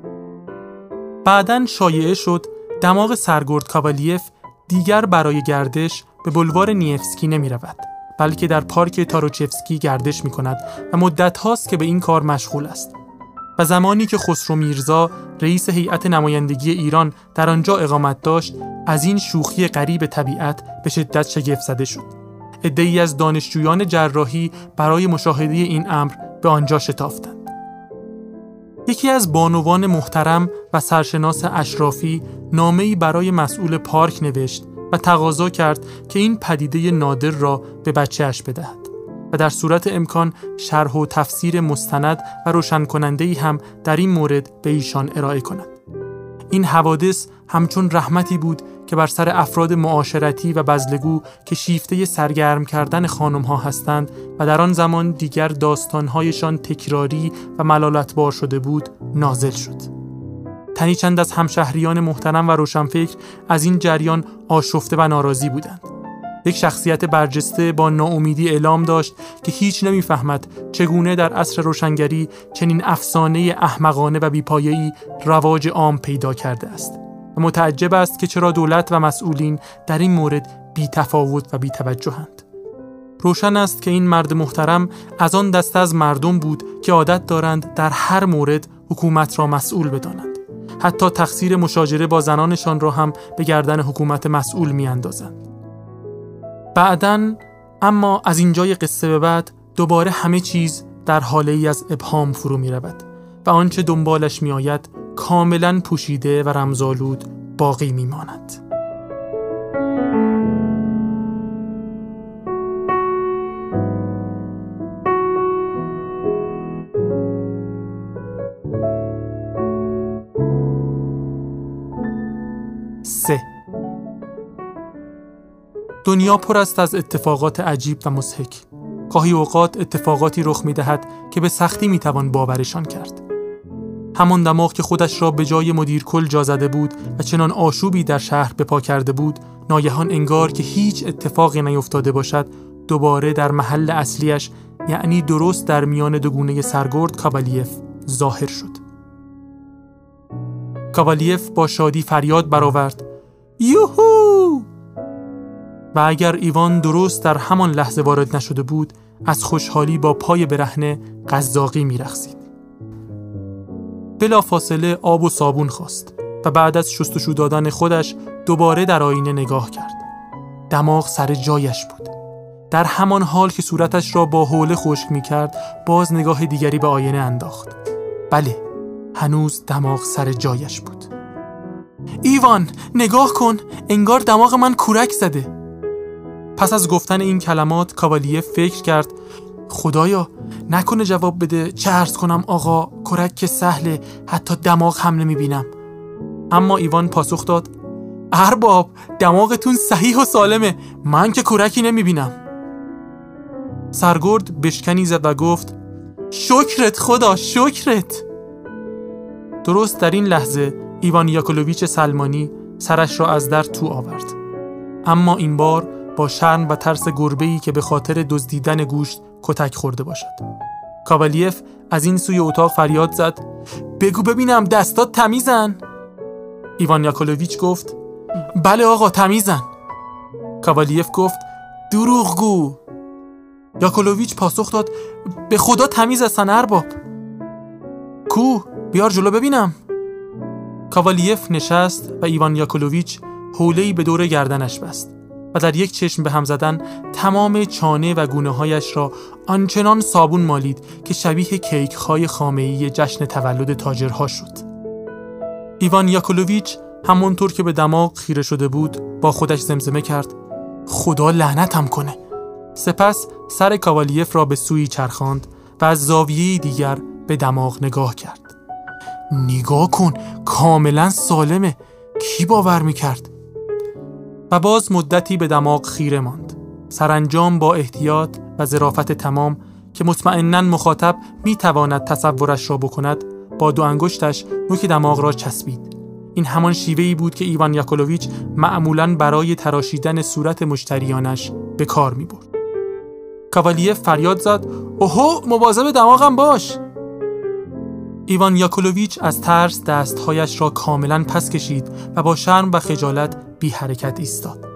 بعداً شایعه شد دماغ سرگرد کاوالیف دیگر برای گردش به بلوار نیفسکی نمی رود، بلکه در پارک تاروچفسکی گردش می‌کند و مدت هاست که به این کار مشغول است. و زمانی که خسرو میرزا رئیس هیئت نمایندگی ایران در آنجا اقامت داشت، از این شوخی غریب طبیعت به شدت شگفت زده شد. عده‌ای از دانشجویان جراحی برای مشاهده این امر به آنجا شتافتند. یکی از بانوان محترم و سرشناس اشرافی نامه‌ای برای مسئول پارک نوشت و تقاضا کرد که این پدیده نادر را به بچه‌اش بدهد و در صورت امکان شرح و تفسیر مستند و روشن کننده‌ای هم در این مورد به ایشان ارائه کند. این حوادث همچون رحمتی بود که بر سر افراد معاشرتی و بزلگو که شیفته سرگرم کردن خانم‌ها هستند و در آن زمان دیگر داستان‌هایشان تکراری و ملالتبار شده بود نازل شد. تنی چند از همشهریان محترم و روشنفکر از این جریان آشفته و ناراضی بودند. یک شخصیت برجسته با ناامیدی اعلام داشت که هیچ نمی‌فهمد چگونه در عصر روشنگری چنین افسانه احمقانه و بی‌پایه‌ای رواج عام پیدا کرده است و متعجب است که چرا دولت و مسئولین در این مورد بی‌تفاوت و بی‌توجهند. روشن است که این مرد محترم از آن دسته از مردم بود که عادت دارند در هر مورد حکومت را مسئول بدانند. حتی تقصیر مشاجره با زنانشان را هم به گردن حکومت مسئول می‌اندازند. بعداً اما از اینجای قصه به بعد دوباره همه چیز در حاله ای از ابهام فرو می رود و آنچه دنبالش می آید کاملاً پوشیده و رمزآلود باقی می ماند. سه. دنیا پر است از اتفاقات عجیب و مضحک. گاهی اوقات اتفاقاتی رخ می‌دهد که به سختی می‌توان باورشان کرد. همان دماغ که خودش را به جای مدیر کل جا زده بود و چنان آشوبی در شهر به پا کرده بود، ناگهان انگار که هیچ اتفاقی نیفتاده باشد، دوباره در محل اصلیش، یعنی درست در میان دو گونه سرگرد کاوالیف ظاهر شد. کاوالیف با شادی فریاد برآورد: یوهو! و اگر ایوان درست در همان لحظه وارد نشده بود، از خوشحالی با پای برهنه قزاقی می‌رقصید. بلا فاصله آب و صابون خواست و بعد از شستشو دادن خودش دوباره در آینه نگاه کرد. دماغ سر جایش بود. در همان حال که صورتش را با حوله خشک می‌کرد، باز نگاه دیگری به آینه انداخت. بله، هنوز دماغ سر جایش بود. ایوان، نگاه کن، انگار دماغ من کورک زده. پس از گفتن این کلمات کاوالیف فکر کرد: خدایا نکنه جواب بده چه عرض کنم آقا، کورک که سهله، حتی دماغ هم نمیبینم. اما ایوان پاسخ داد: ارباب، دماغتون صحیح و سالمه، من که کورکی نمیبینم. سرگرد بشکنی زد و گفت: شکرت خدا، شکرت. درست در این لحظه ایوان یاکولویچ سلمانی سرش را از در تو آورد، اما این بار با شرم و ترس گربه‌ای که به خاطر دزدیدن گوشت کتک خورده باشد. کاوالیف از این سوی اتاق فریاد زد: بگو ببینم دستات تمیزن؟ ایوان یاکولویچ گفت: بله آقا، تمیزن. کاوالیف گفت: دروغگو. یاکولویچ پاسخ داد: به خدا تمیز هستن ارباب. کو، بیار جلو ببینم. کاوالیف نشست و ایوان یاکولویچ حوله‌ای به دور گردنش بست و در یک چشم به هم زدن تمام چانه و گونه‌هایش را آنچنان صابون مالید که شبیه کیک‌های خامه‌ای جشن تولد تاجرها شد. ایوان یاکولویچ همونطور که به دماغ خیره شده بود با خودش زمزمه کرد: خدا لعنتم کنه. سپس سر کاوالیف را به سوی چرخاند و از زاویه دیگر به دماغ نگاه کرد. نگاه کن، کاملا سالمه، کی باور میکرد؟ و باز مدتی به دماغ خیره ماند. سرانجام با احتیاط و ظرافت تمام که مطمئناً مخاطب میتواند تصورش را بکند، با دو انگشتش نوک دماغ را چسبید. این همان شیوهی بود که ایوان یاکولویچ معمولاً برای تراشیدن صورت مشتریانش به کار میبرد. کاوالیف فریاد زد: اوهو، مواظب دماغم باش. ایوان یاکولویچ از ترس دستهایش را کاملاً پس کشید و با شرم و خجالت بی حرکت ایستاد.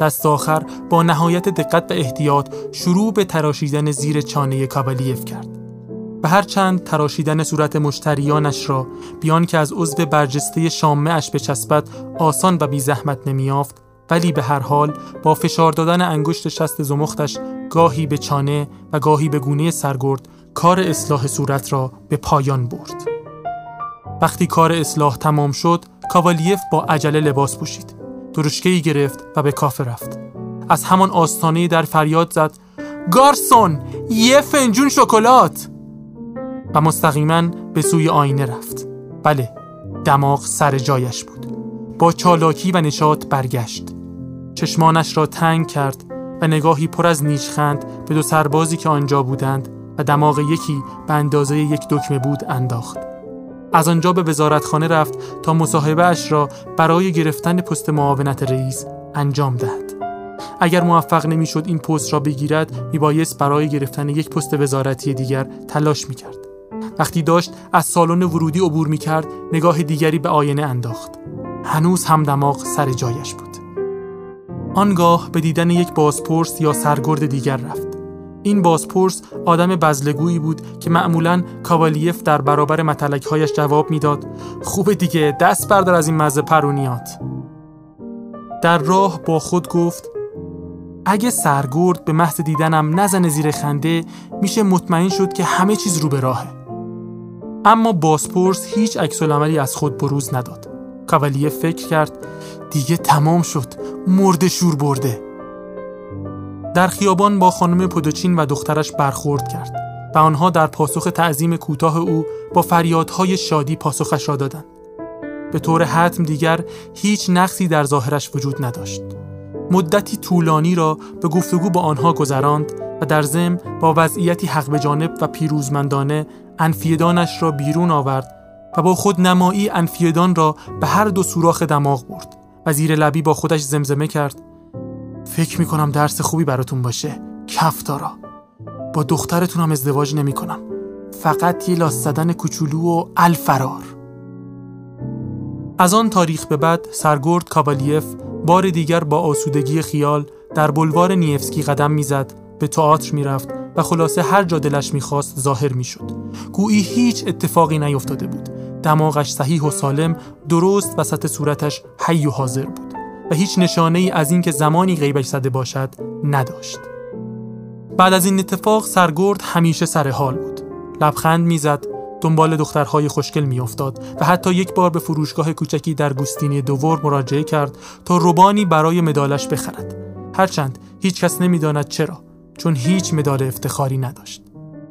دست آخر با نهایت دقت و احتیاط شروع به تراشیدن زیر چانه کاوالیف کرد. و هرچند تراشیدن صورت مشتریانش را بیان که از عضو برجسته شامه اش بچسبد آسان و بی زحمت نمیافت، ولی به هر حال با فشار دادن انگشت شست زمختش گاهی به چانه و گاهی به گونه سرگرد کار اصلاح صورت را به پایان برد. وقتی کار اصلاح تمام شد، کاوالیف با عجله لباس پوشید، درشکه‌ای گرفت و به کافه رفت. از همان آستانه در فریاد زد: گارسون، یه فنجون شکلات! و مستقیما به سوی آینه رفت. بله، دماغ سر جایش بود. با چالاکی و نشاط برگشت. چشمانش را تنگ کرد و نگاهی پر از نیشخند به دو سربازی که آنجا بودند و دماغ یکی به اندازه یک دکمه بود انداخت. از آنجا به وزارتخانه رفت تا مصاحبه اش را برای گرفتن پست معاونت رئیس انجام دهد. اگر موفق نمی‌شد این پست را بگیرد، میبایست برای گرفتن یک پست وزارتی دیگر تلاش می‌کرد. وقتی داشت از سالن ورودی عبور می‌کرد، نگاه دیگری به آینه انداخت. هنوز هم دماغ سر جایش بود. آنگاه به دیدن یک بازپرس یا سرگرد دیگر رفت. این بازپرس آدم بزلگویی بود که معمولاً کاوالیف در برابر متلک‌هایش جواب میداد: خوبه دیگه، دست بردار از این مزه پرونیات. در راه با خود گفت: اگه سرگرد به محض دیدنم نزنه زیر خنده، میشه مطمئن شد که همه چیز رو به راهه. اما بازپرس هیچ عکس‌العملی از خود بروز نداد. کاوالیف فکر کرد: دیگه تمام شد، مرده شور برده. در خیابان با خانم پودوچین و دخترش برخورد کرد و آنها در پاسخ تعظیم کوتاه او با فریادهای شادی پاسخش را دادند. به طور حتم دیگر هیچ نقصی در ظاهرش وجود نداشت. مدتی طولانی را به گفتگو با آنها گذراند و در ضمن با وضعیتی حق به جانب و پیروزمندانه انفیدانش را بیرون آورد و با خود نمایی انفیدان را به هر دو سوراخ دماغ برد و زیر لبی با خودش زمزمه کرد: فکر میکنم درس خوبی براتون باشه کفتارا. با دخترتونم ازدواج نمی کنم، فقط یه لاس زدن کوچولو و الفرار. از آن تاریخ به بعد سرگرد کاوالیف بار دیگر با آسودگی خیال در بلوار نیفسکی قدم میزد، به تئاتر میرفت و خلاصه هر جا دلش میخواست ظاهر میشد. گویی هیچ اتفاقی نیفتاده بود. دماغش صحیح و سالم درست وسط صورتش حی و حاضر بود و هیچ نشانه ای از این که زمانی غیبش زده باشد نداشت. بعد از این اتفاق سرگرد همیشه سر حال بود. لبخند میزد، دنبال دخترهای خوشگل میافتاد و حتی یک بار به فروشگاه کوچکی در گوستینی دوور مراجعه کرد تا روبانی برای مدالش بخرد. هرچند هیچ کس نمیداند چرا، چون هیچ مدال افتخاری نداشت.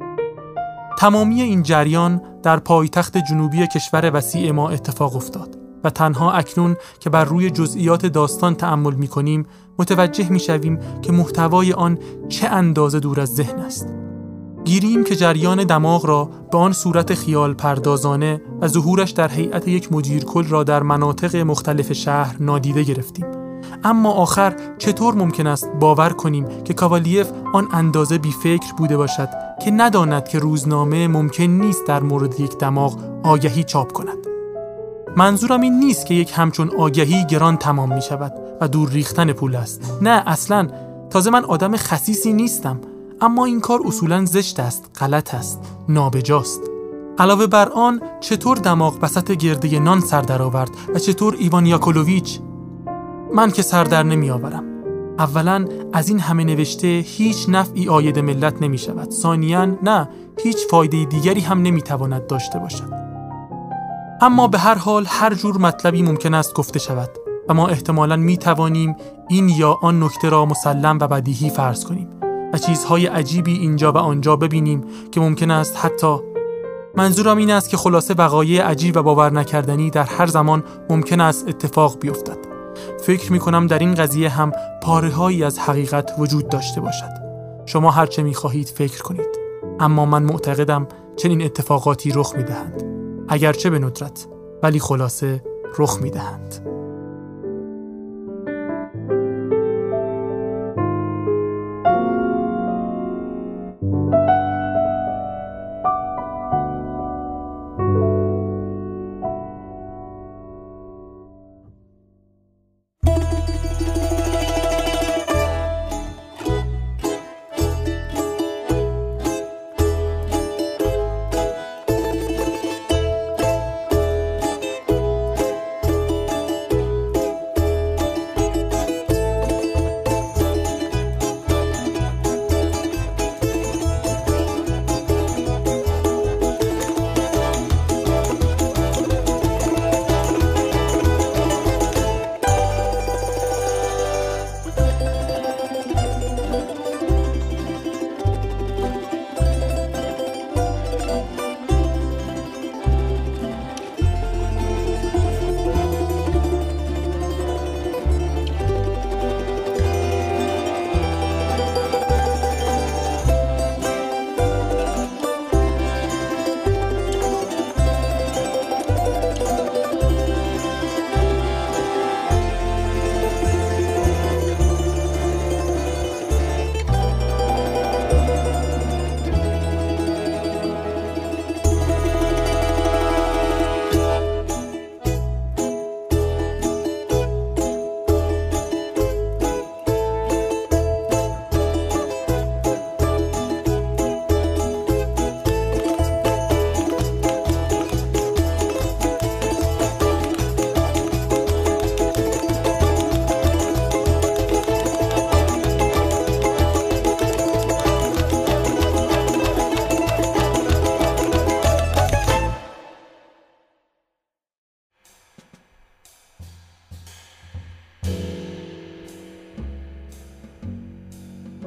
تمامی این جریان در پایتخت جنوبی کشور وسیع ما اتفاق افتاد و تنها اکنون که بر روی جزئیات داستان تأمل می‌کنیم متوجه می‌شویم که محتوای آن چه اندازه دور از ذهن است. گیریم که جریان دماغ را به آن صورت خیال پردازانه و ظهورش در هیئت یک مدیر کل را در مناطق مختلف شهر نادیده گرفتیم. اما آخر چطور ممکن است باور کنیم که کاوالیف آن اندازه بی‌فکر بوده باشد که نداند که روزنامه ممکن نیست در مورد یک دماغ آگهی چاپ کند؟ منظورم این نیست که یک همچون آگهی گران تمام می شود و دور ریختن پول است. نه اصلاً. تازه من آدم خسیسی نیستم، اما این کار اصولاً زشت است، غلط است، نابجاست. علاوه بر آن چطور دماغ وسط گرده نان سر در آورد و چطور ایوان یاکولوویچ؟ من که سر در نمی آورم. اولاً از این همه نوشته هیچ نفعی عاید ملت نمی شود. ثانیاً نه، هیچ فایده دیگری هم نمی تواند داشته باشد. اما به هر حال هر جور مطلبی ممکن است گفته شود و ما احتمالاً می توانیم این یا آن نکته را مسلم و بدیهی فرض کنیم و چیزهای عجیبی اینجا و آنجا ببینیم که ممکن است حتی منظورم این است که خلاصه وقایع عجیب و باور نکردنی در هر زمان ممکن است اتفاق بیفتد. فکر می کنم در این قضیه هم پاره‌هایی از حقیقت وجود داشته باشد. شما هر چه می خواهید فکر کنید، اما من معتقدم چنین اتفاقاتی رخ می دهند. اگرچه به ندرت، ولی خلاصه رخ می دهند.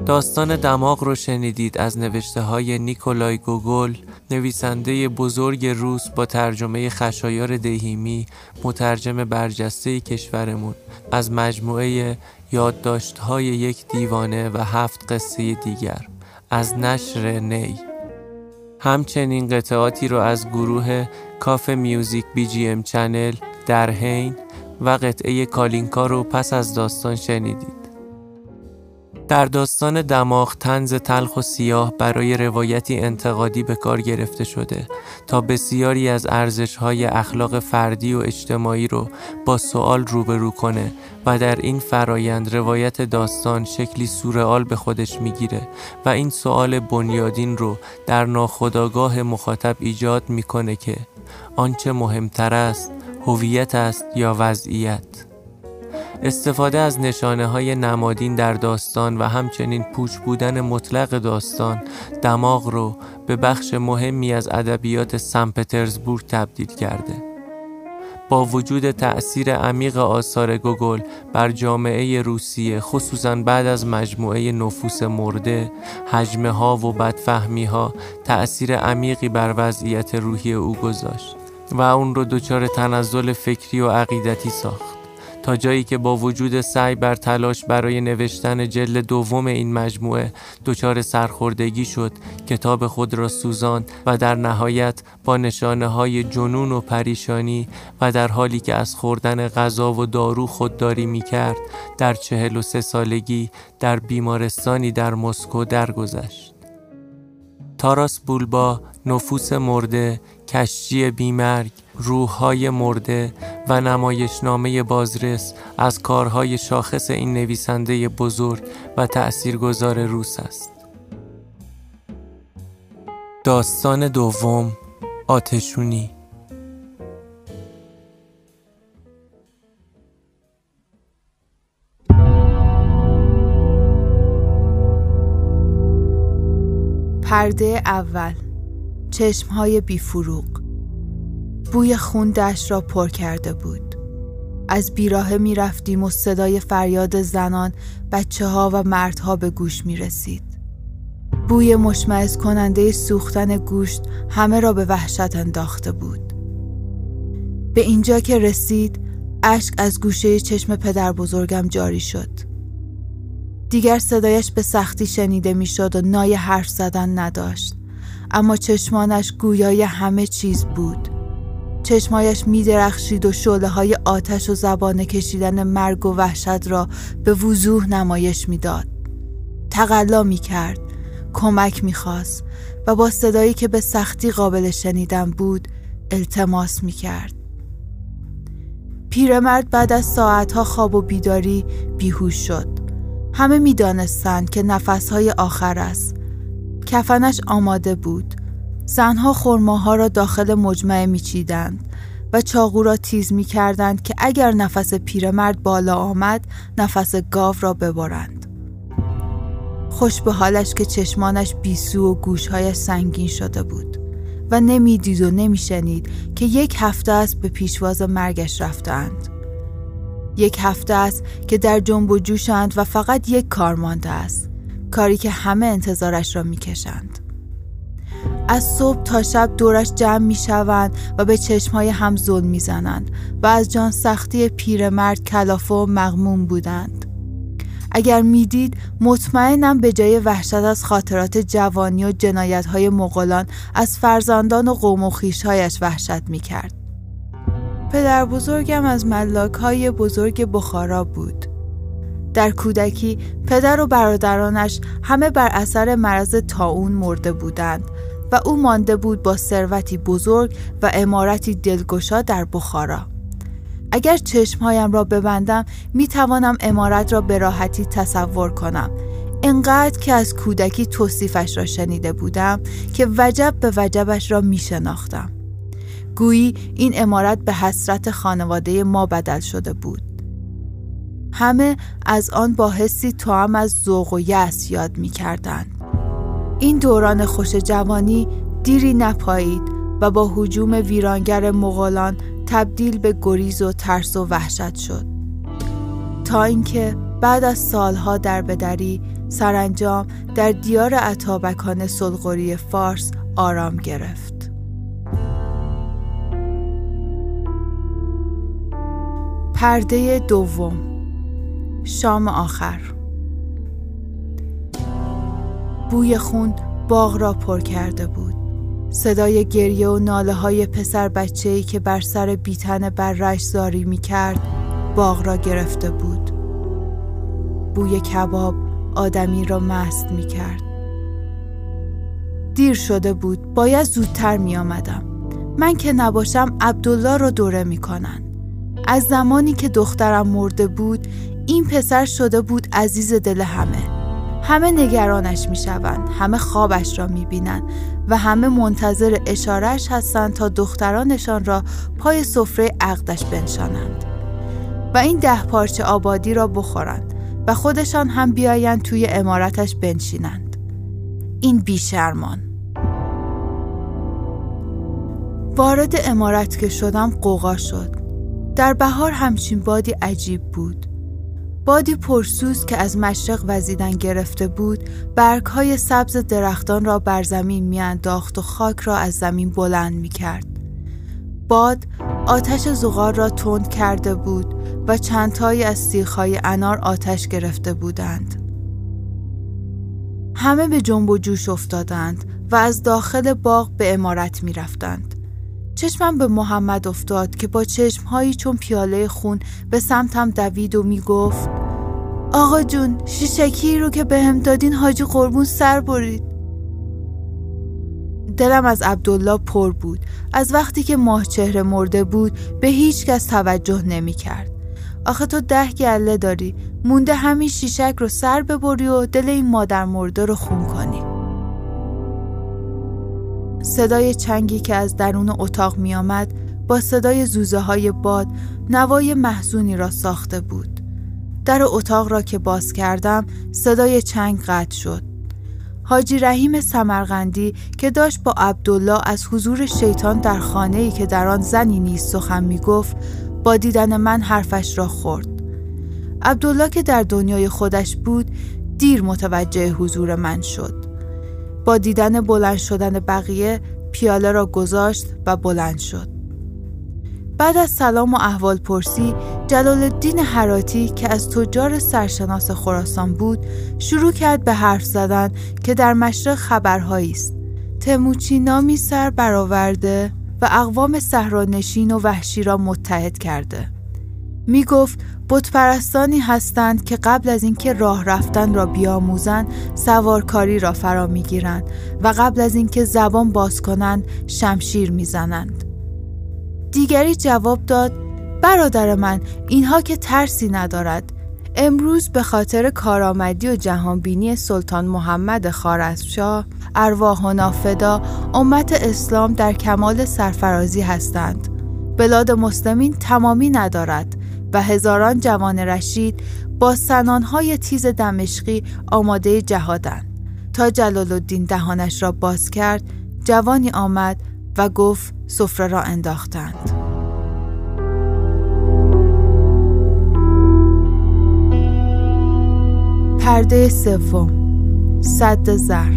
داستان دماغ رو شنیدید از نوشته های نیکولای گوگل، نویسنده بزرگ روس با ترجمه خشایار دهیمی، مترجم برجسته کشورمون، از مجموعه یادداشت‌های یک دیوانه و هفت قصه دیگر از نشر نی. همچنین قطعاتی رو از گروه کافه میوزیک بی جی ام چنل در حین و قطعه کالینکا رو پس از داستان شنیدید. در داستان دماغ طنز تلخ و سیاه برای روایتی انتقادی به کار گرفته شده تا بسیاری از ارزش‌های اخلاق فردی و اجتماعی رو با سوال روبرو کنه و در این فرایند روایت داستان شکلی سورئال به خودش میگیره و این سوال بنیادین رو در ناخودآگاه مخاطب ایجاد میکنه که آنچه مهمتر است هویت است یا وضعیت. استفاده از نشانه‌های نمادین در داستان و همچنین پوچ بودن مطلق داستان دماغ رو به بخش مهمی از ادبیات سن پترزبورگ تبدیل کرده. با وجود تأثیر عمیق آثار گوگل بر جامعه روسیه، خصوصاً بعد از مجموعه نفوس مرده، هجمه ها و بدفهمی ها تأثیر عمیقی بر وضعیت روحی او گذاشت و اون رو دچار تنزل فکری و عقیدتی ساخت، تا جایی که با وجود سعی بر تلاش برای نوشتن جلد دوم این مجموعه دچار سرخوردگی شد، کتاب خود را سوزاند و در نهایت با نشانه های جنون و پریشانی و در حالی که از خوردن غذا و دارو خودداری می کرد در چهل و سه سالگی در بیمارستانی در مسکو درگذشت. تاراس بولبا، نفوس مرده، کشتی بیمرگ، روح‌های مرده و نمایشنامه بازرس از کارهای شاخص این نویسنده بزرگ و تأثیرگذار روس است. داستان دوم، آتشونی. پرده اول، چشمهای بیفروغ. بوی خون دشت را پر کرده بود. از بیراهه می رفتیم و صدای فریاد زنان، بچه ها و مردها به گوش می رسید. بوی مشمئز کننده سوختن گوشت همه را به وحشت انداخته بود. به اینجا که رسید، اشک از گوشه چشم پدر بزرگم جاری شد. دیگر صدایش به سختی شنیده می شد و نای حرف زدن نداشت، اما چشمانش گویای همه چیز بود. چشمایش می درخشید و شعله های آتش و زبانه کشیدن مرگ و وحشت را به وضوح نمایش می داد. تقلا می کرد، کمک می خواست و با صدایی که به سختی قابل شنیدن بود التماس می کرد. پیرمرد بعد از ساعتها خواب و بیداری بیهوش شد. همه می دانستند که نفسهای آخر است. کفنش آماده بود. زنها خرماها را داخل مجمع می چیدند و چاقو را تیز می کردند که اگر نفس پیرمرد بالا آمد نفس گاو را ببرند. خوش به حالش که چشمانش بیسو و گوشهایش سنگین شده بود و نمی دید و نمی شنید که یک هفته است به پیشواز مرگش رفتند. یک هفته است که در جنب و جوشند و فقط یک کار مانده است، کاری که همه انتظارش را می کشند. از صبح تا شب دورش جمع می شوند و به چشمهای هم ظلم می زنند و از جان سختی پیرمرد کلافه و مغموم بودند. اگر می دید مطمئنم به جای وحشت از خاطرات جوانی و جنایت‌های مغولان از فرزندان و قوم و خویش‌هایش وحشت می کرد. پدر بزرگم از ملاک‌های بزرگ بخارا بود. در کودکی پدر و برادرانش همه بر اثر مرض طاعون مرده بودند و او مانده بود با ثروتی بزرگ و عمارتی دلگشا در بخارا. اگر چشمهایم را ببندم می توانم عمارت را به راحتی تصور کنم، انقدر که از کودکی توصیفش را شنیده بودم که وجب به وجبش را می شناختم. گویی این عمارت به حسرت خانواده ما بدل شده بود. همه از آن با حسی توأم از ذوق و یأس یاد می کردند. این دوران خوش جوانی دیری نپایید و با هجوم ویرانگر مغولان تبدیل به گریز و ترس و وحشت شد، تا اینکه بعد از سالها در بدری سرانجام در دیار اتابکان سلغوری فارس آرام گرفت. پرده دوم، شام آخر. بوی خون باغ را پر کرده بود. صدای گریه و ناله های پسر بچه‌ای که بر سر بیتن برش زاری می کرد باغ را گرفته بود. بوی کباب آدمی را مست می کرد. دیر شده بود، باید زودتر می آمدم. من که نباشم عبدالله را دوره می کنن. از زمانی که دخترم مرده بود این پسر شده بود عزیز دل همه. همه نگرانش می شوند، همه خوابش را می بینند و همه منتظر اشارهش هستند تا دخترانشان را پای سفره عقدش بنشانند و این ده پارچه آبادی را بخورند و خودشان هم بیایند توی عمارتش بنشینند. این بیشرمان. وارد عمارت که شدم غوغا شد. در بهار همچین بادی عجیب بود. بادی پرسوز که از مشرق وزیدن گرفته بود، برگ‌های سبز درختان را بر زمین میانداخت و خاک را از زمین بلند می‌کرد. باد آتش زغال را تند کرده بود و چندتایی از سیخ‌های انار آتش گرفته بودند. همه به جنب و جوش افتادند و از داخل باغ به عمارت می‌رفتند. چشمم به محمد افتاد که با چشمهایی چون پیاله خون به سمتم دوید و میگفت آقا جون، شیشکی رو که به هم دادین حاجی قربون سر برید. دلم از عبدالله پر بود. از وقتی که ماه چهره مرده بود به هیچ کس توجه نمی کرد. آخه تو ده گله داری، مونده همین شیشک رو سر ببری و دل این مادر مرده رو خون کنی. صدای چنگی که از درون اتاق می آمد با صدای زوزه های باد نوای محزونی را ساخته بود. در اتاق را که باز کردم صدای چنگ قطع شد. حاجی رحیم سمرقندی که داشت با عبدالله از حضور شیطان در خانه‌ای که در آن زنی نیست سخن می گفت، با دیدن من حرفش را خورد. عبدالله که در دنیای خودش بود دیر متوجه حضور من شد. با دیدن بلند شدن بقیه پیاله را گذاشت و بلند شد. بعد از سلام و احوال پرسی، جلال الدین هراتی که از تجار سرشناس خراسان بود شروع کرد به حرف زدن که در مشرق خبرهایی است. تموچی نامی سر برآورده و اقوام صحرانشین و وحشی را متحد کرده. می گفت بتپرستانی هستند که قبل از اینکه راه رفتن را بیاموزند سوارکاری را فرا می گیرند و قبل از اینکه زبان باز کنند شمشیر می زنند. دیگری جواب داد برادر من، اینها که ترسی ندارد. امروز به خاطر کارآمدی و جهانبینی سلطان محمد خوارزمشاه ارواحنا فدا امت اسلام در کمال سرفرازی هستند. بلاد مسلمین تمامی ندارد و هزاران جوان رشید با سنانهای تیز دمشقی آماده جهادند. تا جلال الدین دهانش را باز کرد جوانی آمد و گفت سفره را انداختند. پرده سوم، سد زر.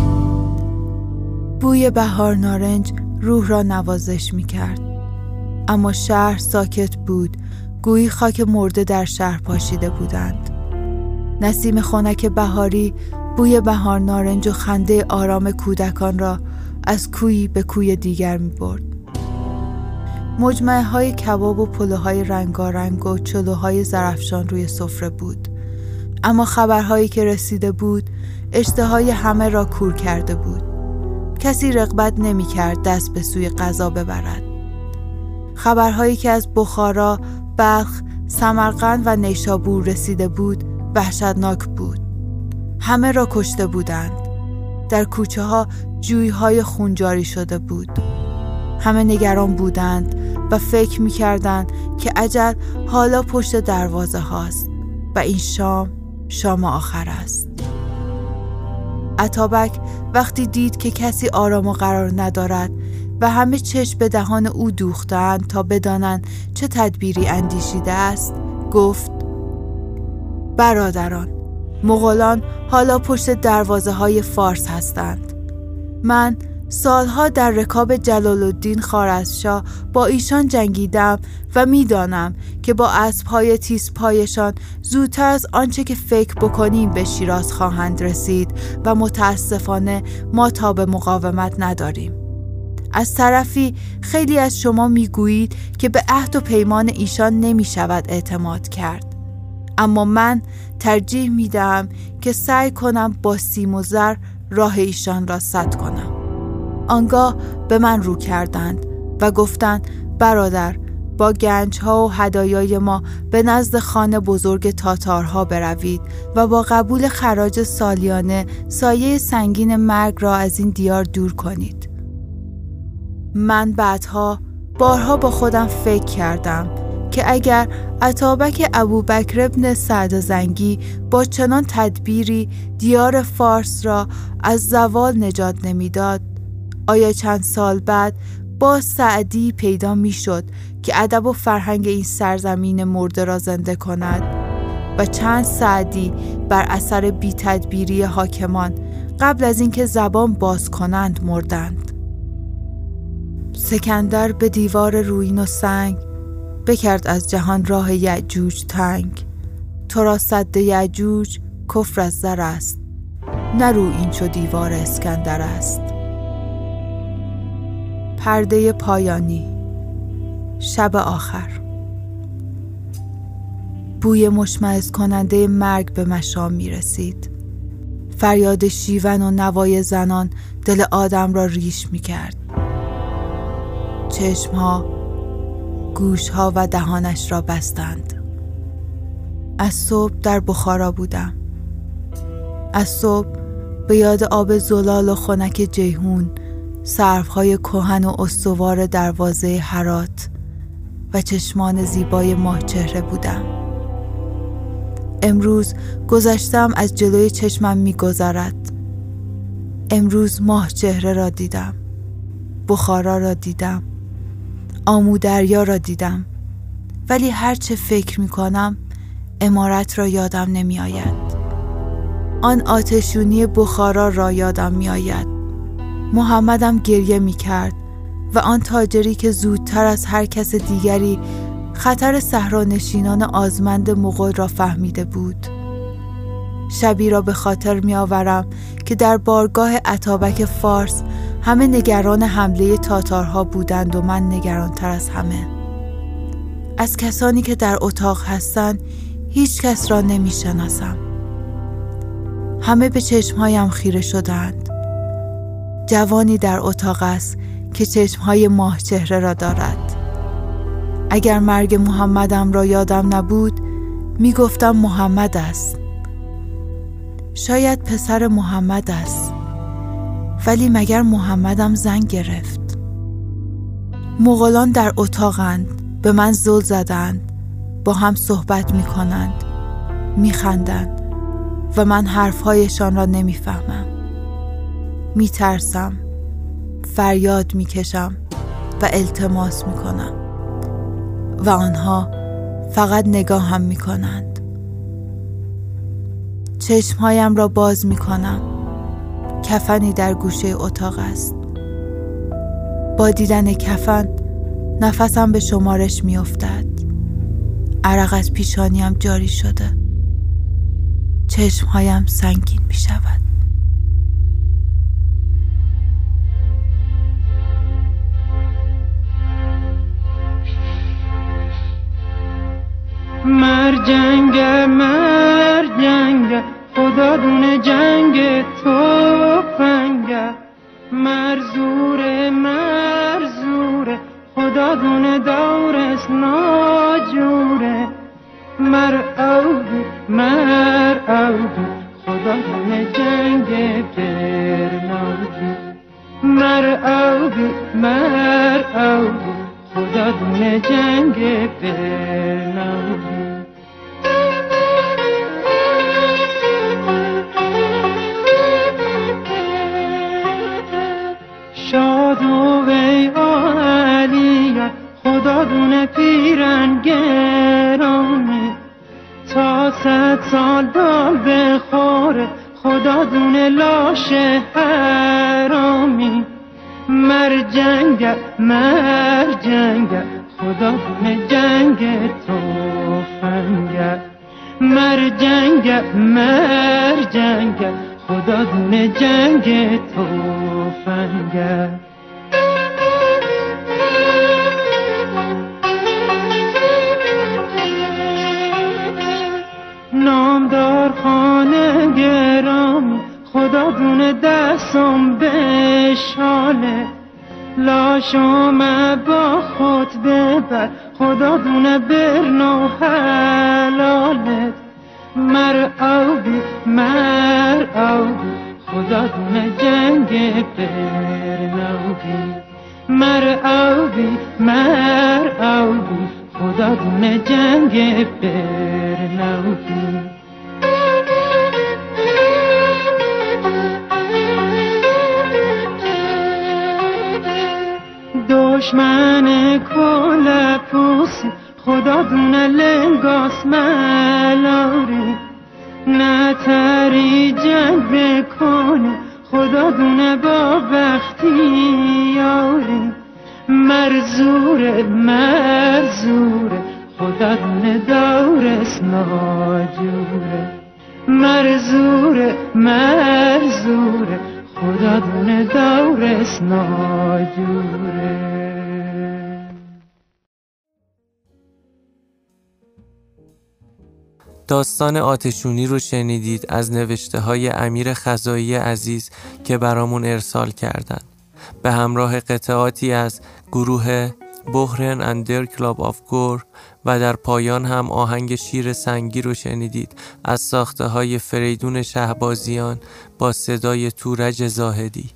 بوی بهار نارنج روح را نوازش می کرد. اما شهر ساکت بود، گویی خاک مرده در شهر پاشیده بودند. نسیم خنک بهاری بوی بهار نارنج و خنده آرام کودکان را از کویی به کوی دیگر می برد. مجمعه های کباب و پلوهای رنگارنگ و چلوهای زرفشان روی سفره بود. اما خبرهایی که رسیده بود اشتهای همه را کور کرده بود. کسی رغبت نمی کرد دست به سوی غذا ببرد. خبرهایی که از بخارا، بلخ، سمرقند و نیشابور رسیده بود وحشتناک بود. همه را کشته بودند. در کوچه ها جویهای خون جاری شده بود. همه نگران بودند و فکر می کردند که اجل حالا پشت دروازه هاست و این شام شام آخر است. اتابک وقتی دید که کسی آرام و قرار ندارد و همه چشم به دهان او دوختند تا بدانند چه تدبیری اندیشیده است، گفت برادران، مغولان حالا پشت دروازه های فارس هستند. من سالها در رکاب جلال الدین خوارزمشاه با ایشان جنگیدم و میدانم که با اسب‌های تیزپایشان زودتر از آنچه که فکر بکنیم به شیراز خواهند رسید و متاسفانه ما تاب مقاومت نداریم. از طرفی خیلی از شما میگویید که به عهد و پیمان ایشان نمی شود اعتماد کرد. اما من ترجیح میدم که سعی کنم با سیم و زر راه ایشان را سد کنم. آنگاه به من رو کردند و گفتند برادر، با گنجها و هدایای ما به نزد خان بزرگ تاتارها بروید و با قبول خراج سالیانه سایه سنگین مرگ را از این دیار دور کنید. من بعدها بارها با خودم فکر کردم که اگر اتابک ابوبکر ابن سعد زنگی با چنان تدبیری دیار فارس را از زوال نجات نمیداد، آیا چند سال بعد با سعدی پیدا می شد که ادب و فرهنگ این سرزمین مرده را زنده کند و چند سعدی بر اثر بی تدبیری حاکمان قبل از اینکه زبان باز کنند مردند. سکندر به دیوار رویین و سنگ بکرد از جهان راه یعجوج تنگ. تو را سد یعجوج کفر از زر است، نه رو این چو دیوار اسکندر است. پرده پایانی. شب آخر. بوی مشمئز کننده مرگ به مشام می رسید. فریاد شیون و نوای زنان دل آدم را ریش می کرد. چشمها، گوشها و دهانش را بستند. از صبح در بخارا بودم. از صبح به یاد آب زلال و خنک جیهون، سرفهای کهن و استوار دروازه هرات و چشمان زیبای ماه چهره بودم. امروز گذشتم از جلوی چشمم می گذرد. امروز ماه چهره را دیدم، بخارا را دیدم، آمودریا را دیدم، ولی هرچه فکر می کنم عمارت را یادم نمی آید. آن آتشونی بخارا را یادم می آید. محمدم گریه می کرد و آن تاجری که زودتر از هر کس دیگری خطر صحرانشینان آزمند مغول را فهمیده بود. شبی را به خاطر می آورم که در بارگاه اتابک فارس همه نگران حمله تاتارها بودند و من نگرانتر از همه. از کسانی که در اتاق هستند هیچ کس را نمی شناسم. همه به چشمهایم خیره شدند. جوانی در اتاق است که چشمهای ماه چهره را دارد. اگر مرگ محمدم را یادم نبود می گفتم محمد است. شاید پسر محمد است، ولی مگر محمدم زن گرفت؟ مغولان در اتاقند، به من زل زدند، با هم صحبت می کنند، می خندند و من حرفهایشان را نمی فهمم. می ترسم، فریاد می کشم و التماس می کنم و آنها فقط نگاه هم می کنند. چشمهایم را باز می کنم. کفنی در گوشه اتاق است. با دیدن کفن نفسم به شمارش می افتد. عرق از پیشانیم جاری شده. چشمهایم سنگین می شود. مر جنگ مر جنگ خدا دونه جنگ تو فنگ، مر زور مر زور خدا دونه دورس ناجوره، مر اودو مر اودو خدا دونه جنگ برناودو، مر اودو مر اودو خدا دونه جنگ برناودو. شادو وی علیه خدا دونه پیرن گرانه، تا صد سال بال بخوره خدا دونه لاشه حرامی مر جنگ مر جنگ خدا دونه جنگ توفنگ مر جنگ مر جنگ خدا دونه جنگ توفنگ نامدار خانه گرامی خدا دونه دستم به شاله لاشم با خود ببر خدا دونه برنو حلالت مر اوبی مر اوبی خدا دونه جنگ برنوبی مر اوبی مر اوبی خدا دونه جنگ برنوبی دشمن کل پوسی خدا دونه لنگاس ملاری نه تری جنگ بکنی خدا دونه با بختی یاری مرزوره مرزوره خدا دونه دورس ناجوره مرزوره مرزوره خدا دونه دورس ناجوره. داستان آتشونی رو شنیدید از نوشته های امیر خزایی عزیز که برامون ارسال کردن به همراه قطعاتی از گروه بحرن اندر کلاب آف گور و در پایان هم آهنگ شیر سنگی رو شنیدید از ساخته های فریدون شهبازیان با صدای تورج زاهدی.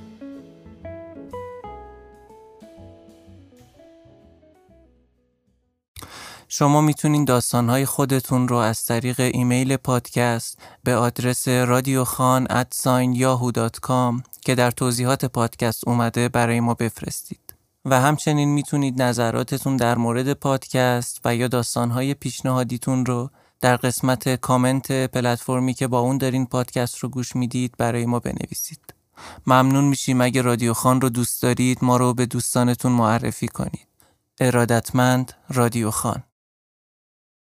شما میتونین داستانهای خودتون رو از طریق ایمیل پادکست به آدرس رادیوخان ات یاهو دات کام که در توضیحات پادکست اومده برای ما بفرستید. و همچنین میتونید نظراتتون در مورد پادکست و یا داستانهای پیشنهادیتون رو در قسمت کامنت پلتفرمی که با اون دارین پادکست رو گوش میدید برای ما بنویسید. ممنون میشیم اگه رادیو خان رو دوست دارید ما رو به دوستانتون معرفی کنید. ارادتمند رادیو خان.